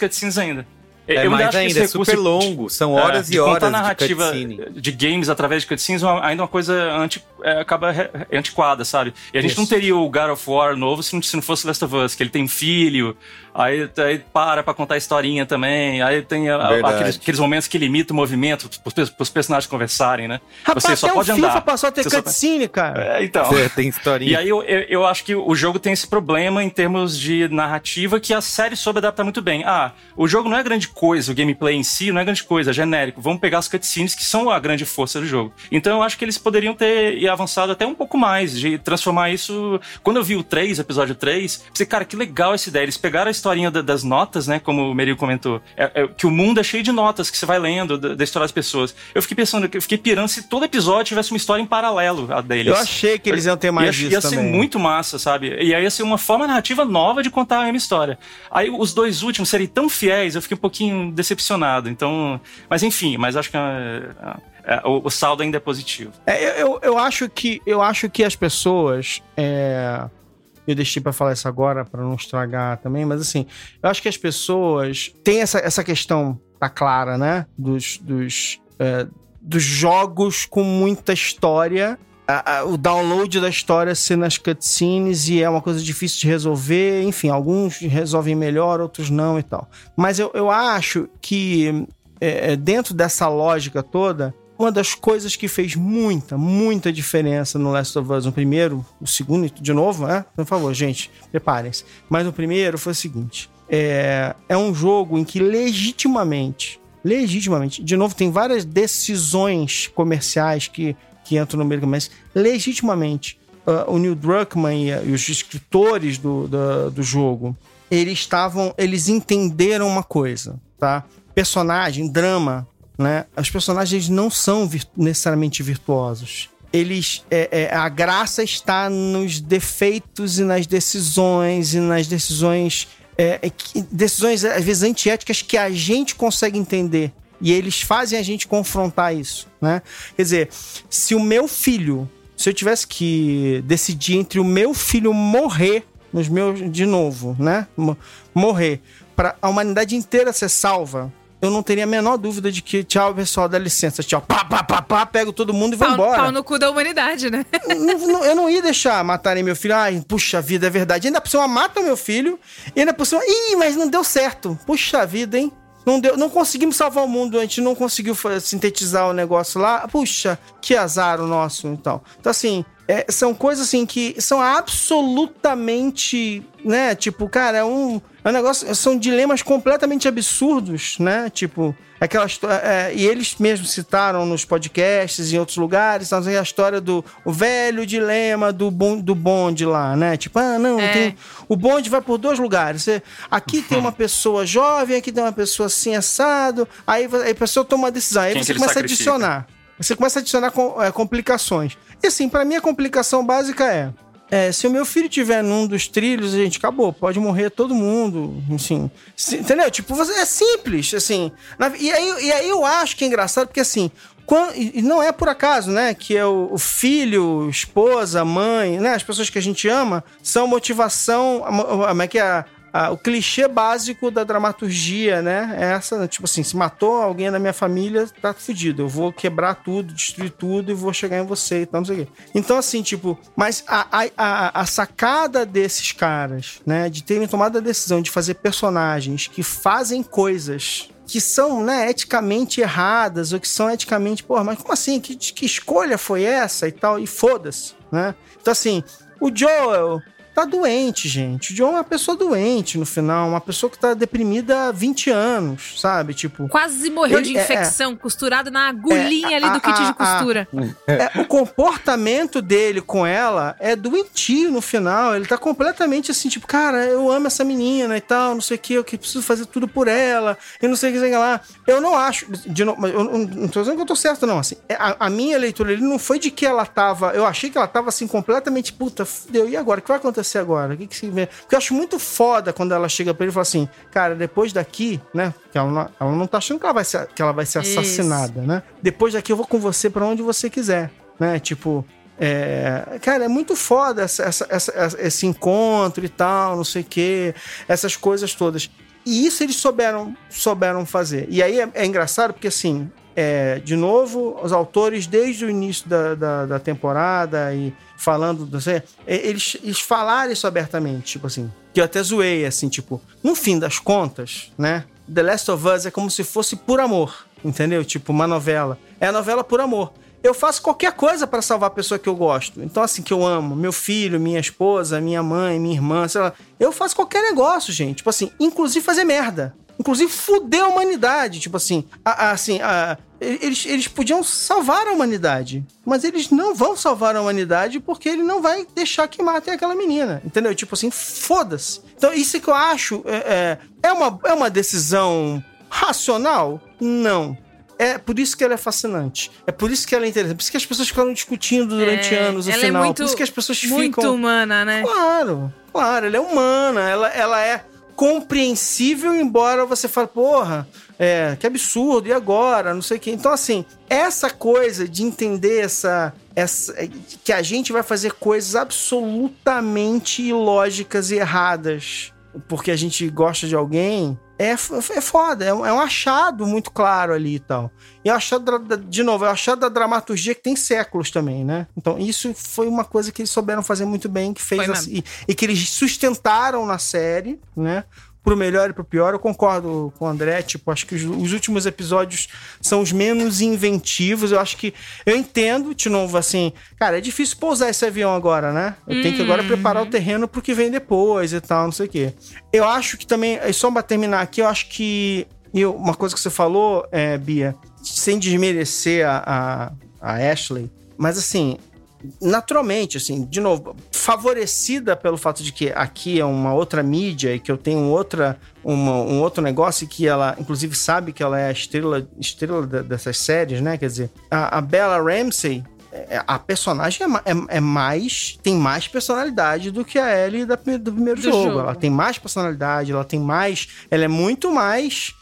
Mais ainda, é super longo, são horas e horas de narrativa de games através de cutscenes, ainda uma coisa acaba antiquada, sabe? E a gente não teria o God of War novo se não fosse Last of Us, que ele tem filho, aí para pra contar a historinha também, aí tem aqueles momentos que limita o movimento pros personagens conversarem, né? Rapaz, você só pode andar. FIFA passou a ter cutscene, cara. Então. Tem historinha. E aí eu acho que o jogo tem esse problema em termos de narrativa que a série soube adaptar muito bem. O jogo não é grande coisa, o gameplay em si não é grande coisa, é genérico. Vamos pegar as cutscenes que são a grande força do jogo. Então eu acho que eles poderiam ter avançado até um pouco mais, de transformar isso... Quando eu vi o episódio 3, pensei, cara, que legal essa ideia. Eles pegaram a historinha das notas, né, como o Meril comentou, que o mundo é cheio de notas que você vai lendo da história das pessoas. Eu fiquei pirando se todo episódio tivesse uma história em paralelo a deles. Eu achei que eles iam ter mais disso também. Ia ser muito massa, sabe? E aí ia ser uma forma narrativa nova de contar a mesma história. Aí os dois últimos serem tão fiéis, eu fiquei um pouquinho decepcionado. Então... Mas enfim, acho que o saldo ainda é positivo. Eu acho que as pessoas... Eu deixei pra falar isso agora, pra não estragar também, mas assim, eu acho que as pessoas têm essa questão, tá clara, né? Dos jogos com muita história, o download da história ser nas cutscenes, e é uma coisa difícil de resolver, enfim, alguns resolvem melhor, outros não e tal. Mas eu acho que dentro dessa lógica toda, uma das coisas que fez muita diferença no Last of Us, no primeiro, o segundo, de novo, por favor, gente, preparem-se. Mas no primeiro foi o seguinte, é um jogo em que legitimamente, de novo, tem várias decisões comerciais que entram no meio, mas legitimamente, o Neil Druckmann e os escritores do jogo, eles entenderam uma coisa, tá? Personagem, drama, né? Os personagens não são necessariamente virtuosos. A graça está nos defeitos e nas decisões, decisões às vezes antiéticas que a gente consegue entender. E eles fazem a gente confrontar isso, né? Quer dizer, se eu tivesse que decidir entre o meu filho morrer de novo, né? Morrer, para a humanidade inteira ser salva, eu não teria a menor dúvida de que, tchau, pessoal, dá licença, tchau, pego todo mundo e vou embora. Pau no cu da humanidade, né? Eu não ia deixar matarem meu filho. Ai, puxa vida, é verdade. Ainda por cima matam meu filho, e ainda por cima, mas não deu certo. Puxa vida, hein? Não conseguimos salvar o mundo, a gente não conseguiu sintetizar o negócio lá. Puxa, que azar o nosso, então. Então, assim, são coisas assim que são absolutamente, né? Tipo, cara, é um negócio, são dilemas completamente absurdos, né? Tipo, aquela história, e eles mesmos citaram nos podcasts e em outros lugares, a história do velho dilema do bonde lá, né? Tipo, o bonde vai por 2 lugares. Aqui tem uma pessoa jovem, aqui tem uma pessoa assim, assado, aí a pessoa toma uma decisão, aí você começa a adicionar. Você começa a adicionar complicações. E assim, pra mim a complicação básica se o meu filho tiver num dos trilhos, gente, acabou, pode morrer todo mundo, assim, entendeu? Tipo, é simples, assim, e aí eu acho que é engraçado, porque assim, e não é por acaso, né, que é o filho, esposa, mãe, né, as pessoas que a gente ama, são motivação, como é que é o clichê básico da dramaturgia, né? É essa, tipo assim, se matou alguém da minha família, tá fudido. Eu vou quebrar tudo, destruir tudo e vou chegar em você e tal, não sei o quê. Então, assim, tipo, mas a sacada desses caras, né? De terem tomado a decisão de fazer personagens que fazem coisas que são, né, eticamente erradas, ou que são eticamente, porra, mas como assim? Que escolha foi essa e tal? E foda-se, né? Então, assim, o Joel tá doente, gente. O John é uma pessoa doente no final, uma pessoa que tá deprimida há 20 anos, sabe? Tipo, quase morreu de infecção, costurado na agulhinha ali do kit de costura. O comportamento dele com ela é doentio no final. Ele tá completamente assim, tipo, cara, eu amo essa menina e tal, não sei o que, eu preciso fazer tudo por ela, e não sei o que, sei lá. Eu não acho, de novo, eu não tô dizendo que eu tô certo, não, assim. A minha leitura ali não foi de que ela tava, eu achei que ela tava assim, completamente, puta, fudeu, e agora? O que vai acontecer agora? O que se vê? Porque eu acho muito foda quando ela chega pra ele e fala assim, cara, depois daqui, né? Que ela não tá achando que ela vai ser assassinada, né? Depois daqui eu vou com você pra onde você quiser, né? Tipo, cara, é muito foda esse encontro e tal, não sei o quê, essas coisas todas. E isso eles souberam fazer. E aí é engraçado porque, assim, de novo, os autores, desde o início da temporada e falando, eles falaram isso abertamente, tipo assim, que eu até zoei, assim, tipo, no fim das contas, né, The Last of Us é como se fosse por amor, entendeu? Tipo, uma novela. É a novela por amor. Eu faço qualquer coisa pra salvar a pessoa que eu gosto. Então, assim, que eu amo, meu filho, minha esposa, minha mãe, minha irmã, sei lá, eu faço qualquer negócio, gente, tipo assim, inclusive fazer merda. Inclusive fuder a humanidade, tipo assim, eles podiam salvar a humanidade, mas eles não vão salvar a humanidade porque ele não vai deixar que matem aquela menina, entendeu? Tipo assim, foda-se. Então isso que eu acho é uma decisão racional? Não. É por isso que ela é fascinante. É por isso que ela é interessante. Por isso que as pessoas ficaram discutindo durante anos o final. Por isso que as pessoas ficam... muito humana, né? Claro, ela é humana, ela é compreensível, embora você fale, porra, que absurdo, e agora? Não sei o quê. Então, assim, essa coisa de entender que a gente vai fazer coisas absolutamente ilógicas e erradas porque a gente gosta de alguém, é foda, é um achado muito claro ali e tal. E é um achado, de novo, é um achado da dramaturgia que tem séculos também, né? Então isso foi uma coisa que eles souberam fazer muito bem, que fez assim, e que eles sustentaram na série, né? Pro melhor e pro pior. Eu concordo com o André, tipo, acho que os últimos episódios são os menos inventivos. Eu acho que, eu entendo, de novo, assim, cara, é difícil pousar esse avião agora, né? Eu tenho que agora preparar o terreno pro que vem depois e tal, não sei o quê. Eu acho que também, só pra terminar aqui, eu acho que, uma coisa que você falou, Bia, sem desmerecer a Ashley, mas assim, naturalmente, assim, de novo, favorecida pelo fato de que aqui é uma outra mídia e que eu tenho um outro negócio, e que ela, inclusive, sabe que ela é a estrela dessas séries, né? Quer dizer, a Bella Ramsey, a personagem tem mais personalidade do que a Ellie do primeiro jogo. Ela tem mais personalidade, ela é muito mais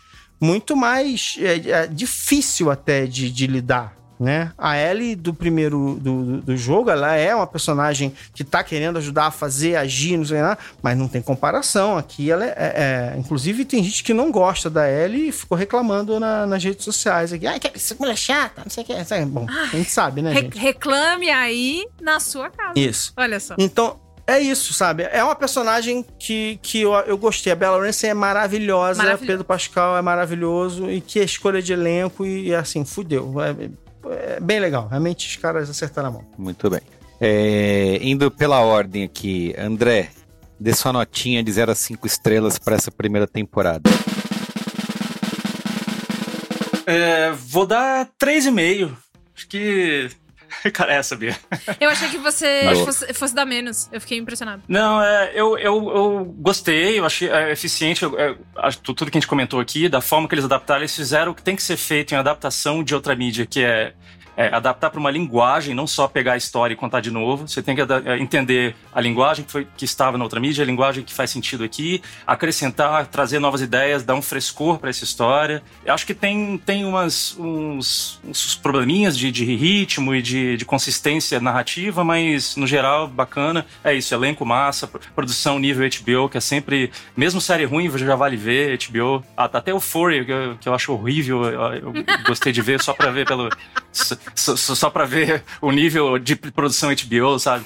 difícil até de lidar, né? A Ellie do primeiro do jogo, ela é uma personagem que tá querendo ajudar a fazer, agir, não sei lá, mas não tem comparação. Aqui ela inclusive tem gente que não gosta da Ellie e ficou reclamando nas redes sociais aqui. Que essa mulher chata, não sei o que. Bom, a gente sabe, né, gente? Reclame aí na sua casa. Isso. Olha só. Então, é isso, sabe? É uma personagem que eu gostei. A Bella Ramsey é maravilhosa, Pedro Pascal é maravilhoso, e que é escolha de elenco e assim, fudeu. É bem legal, realmente os caras acertaram a mão. Muito bem. Indo pela ordem aqui, André, dê sua notinha de 0 a 5 estrelas para essa primeira temporada. Vou dar 3,5. Acho que... Cara, essa, Bia. Eu achei que você fosse dar menos. Eu fiquei impressionado. Não, eu gostei, eu achei eficiente. Tudo que a gente comentou aqui, da forma que eles adaptaram, eles fizeram o que tem que ser feito em adaptação de outra mídia, que é adaptar para uma linguagem, não só pegar a história e contar de novo. Você tem que entender a linguagem que estava na outra mídia, a linguagem que faz sentido aqui, acrescentar, trazer novas ideias, dar um frescor para essa história. Eu acho que tem uns probleminhas de ritmo e de consistência narrativa, mas no geral, bacana. É isso, elenco massa, produção nível HBO, que é sempre, mesmo série ruim, já vale ver, HBO. Até o Furry, que eu acho horrível, eu gostei de ver só pra ver só pra ver o nível de produção HBO, sabe?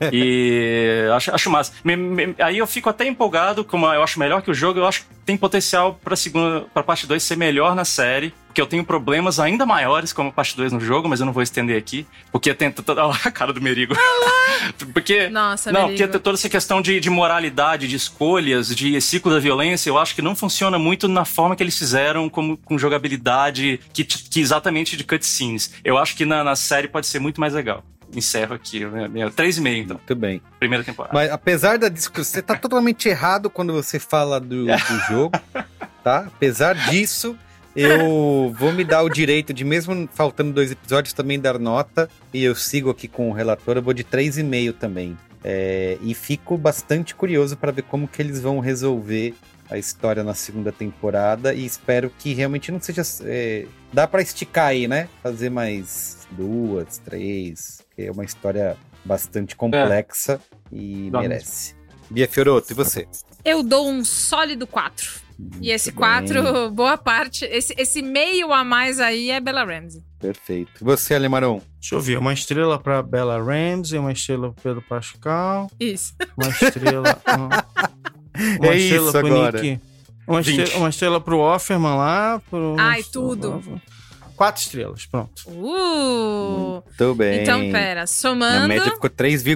E acho massa. Aí eu fico até empolgado, como eu acho melhor que o jogo, eu acho que tem potencial pra parte 2 ser melhor na série, porque eu tenho problemas ainda maiores como a parte 2 no jogo, mas eu não vou estender aqui, porque tem toda a cara do Merigo. Porque, nossa, não, Merigo. porque toda essa questão de moralidade, de escolhas, de ciclo da violência, eu acho que não funciona muito na forma que eles fizeram com jogabilidade que exatamente de cutscenes. Eu acho que na série pode ser muito mais legal. Encerro aqui, 3,5 então. Muito bem. Primeira temporada. Mas apesar da discussão, você tá totalmente errado quando você fala do jogo, tá? Apesar disso, eu vou me dar o direito de, mesmo faltando 2 episódios, também dar nota, e eu sigo aqui com o relator, eu vou de 3,5 também. E fico bastante curioso para ver como que eles vão resolver a história na segunda temporada, e espero que realmente não seja... dá para esticar aí, né? Fazer mais 2, 3, que é uma história bastante complexa e merece. Bia Fiorotto, e você? Eu dou um sólido 4. E esse 4, boa parte, esse meio a mais aí é Bella Ramsey. Perfeito. E você, Alemarão? Deixa eu ver, uma estrela pra Bella Ramsey, uma estrela pro Pedro Pascal. Isso. Uma estrela... Uma estrela pro agora. Nick. Uma estrela pro Offerman lá. Ai, tudo. 4 estrelas, pronto. Muito bem. Então, pera, somando... A média ficou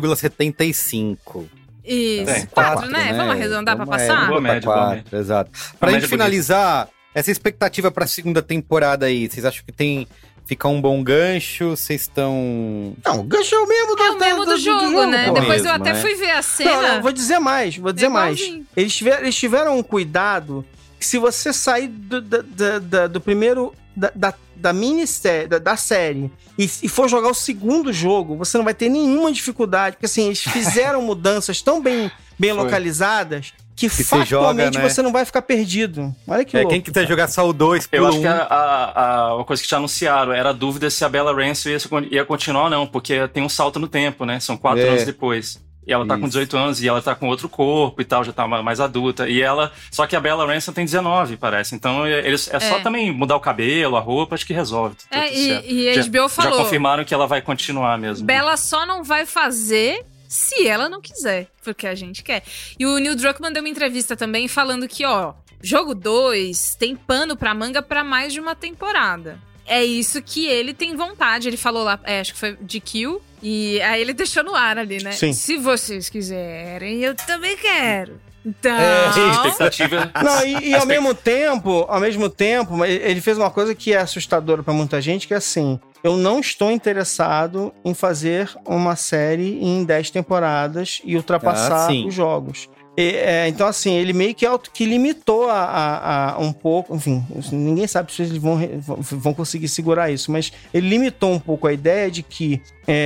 3,75. Isso, 4, né? Vamos arredondar pra passar? Boa média, 4, exato. Pra gente finalizar, essa expectativa pra segunda temporada aí, vocês acham que fica um bom gancho? Vocês estão... Não, o gancho é o mesmo do jogo, né? Depois mesmo, eu até fui ver a cena. Não, vou dizer mais. Eles tiveram um cuidado que, se você sair do primeiro... Da minissérie, da série, e for jogar o segundo jogo, você não vai ter nenhuma dificuldade, porque assim, eles fizeram mudanças tão bem localizadas que factualmente você não vai ficar perdido. Olha que louco. Quem quiser jogar só o 2 Eu acho que uma coisa que já anunciaram era a dúvida se a Bella Ramsey ia continuar ou não, porque tem um salto no tempo, né? São 4 anos depois. E ela tá com 18 anos e ela tá com outro corpo e tal, já tá mais adulta. E ela... Só que a Bella Ramsey tem 19, parece. Então só também mudar o cabelo, a roupa, acho que resolve. E a HBO falou... Já confirmaram que ela vai continuar mesmo. Bella só não vai fazer se ela não quiser, porque a gente quer. E o Neil Druckmann deu uma entrevista também falando que, jogo 2 tem pano pra manga pra mais de uma temporada. É isso que ele tem vontade. Ele falou lá, acho que foi de Kill. E aí ele deixou no ar ali, né? Sim. Se vocês quiserem, eu também quero. Então... expectativa... Não, e ao mesmo tempo, ele fez uma coisa que é assustadora pra muita gente, que é assim... Eu não estou interessado em fazer uma série em 10 temporadas e ultrapassar os jogos. Então, assim, ele meio que limitou a um pouco... Enfim, ninguém sabe se eles vão conseguir segurar isso, mas ele limitou um pouco a ideia de que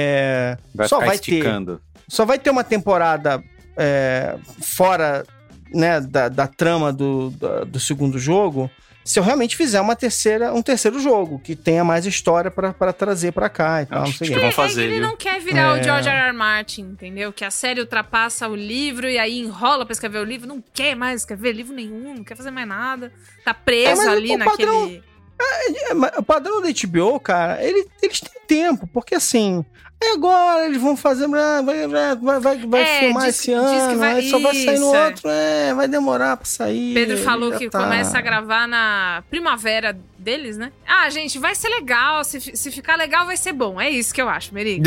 só vai ter uma temporada fora, né, da trama do segundo jogo, se eu realmente fizer um terceiro jogo, que tenha mais história pra trazer pra cá e tal. Acho que vão fazer, ele não quer virar o George R.R. Martin, entendeu? Que a série ultrapassa o livro e aí enrola pra escrever o livro, não quer mais escrever livro nenhum, não quer fazer mais nada, tá preso ali naquele... O padrão da HBO, cara, eles têm tempo, porque assim... agora eles vão fazer... Vai filmar esse ano, aí só vai sair no outro. Vai demorar pra sair. Pedro falou que começa a gravar na primavera deles, né? Gente, vai ser legal. Se ficar legal, vai ser bom. É isso que eu acho, Merigo.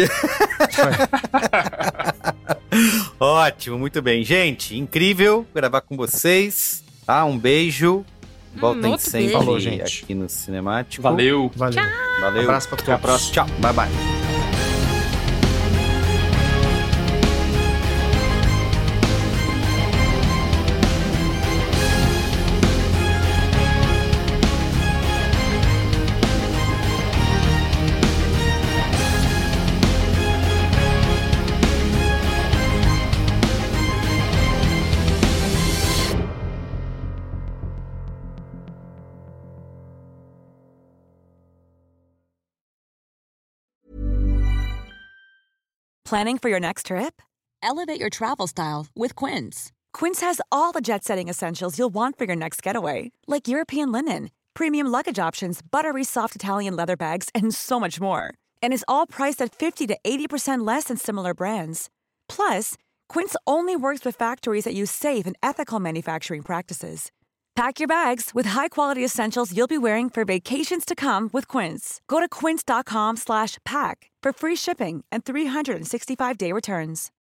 Ótimo, muito bem. Gente, incrível gravar com vocês. Um beijo. Voltem sempre Falou, gente. Aqui no Cinemático. Valeu. Tchau. Valeu. Abraço pra todos. Até a próxima. Tchau. Bye, bye. Planning for your next trip? Elevate your travel style with Quince. Quince has all the jet-setting essentials you'll want for your next getaway, like European linen, premium luggage options, buttery soft Italian leather bags, and so much more. And is all priced at 50 to 80% less than similar brands. Plus, Quince only works with factories that use safe and ethical manufacturing practices. Pack your bags with high-quality essentials you'll be wearing for vacations to come with Quince. Go to quince.com/pack for free shipping and 365-day returns.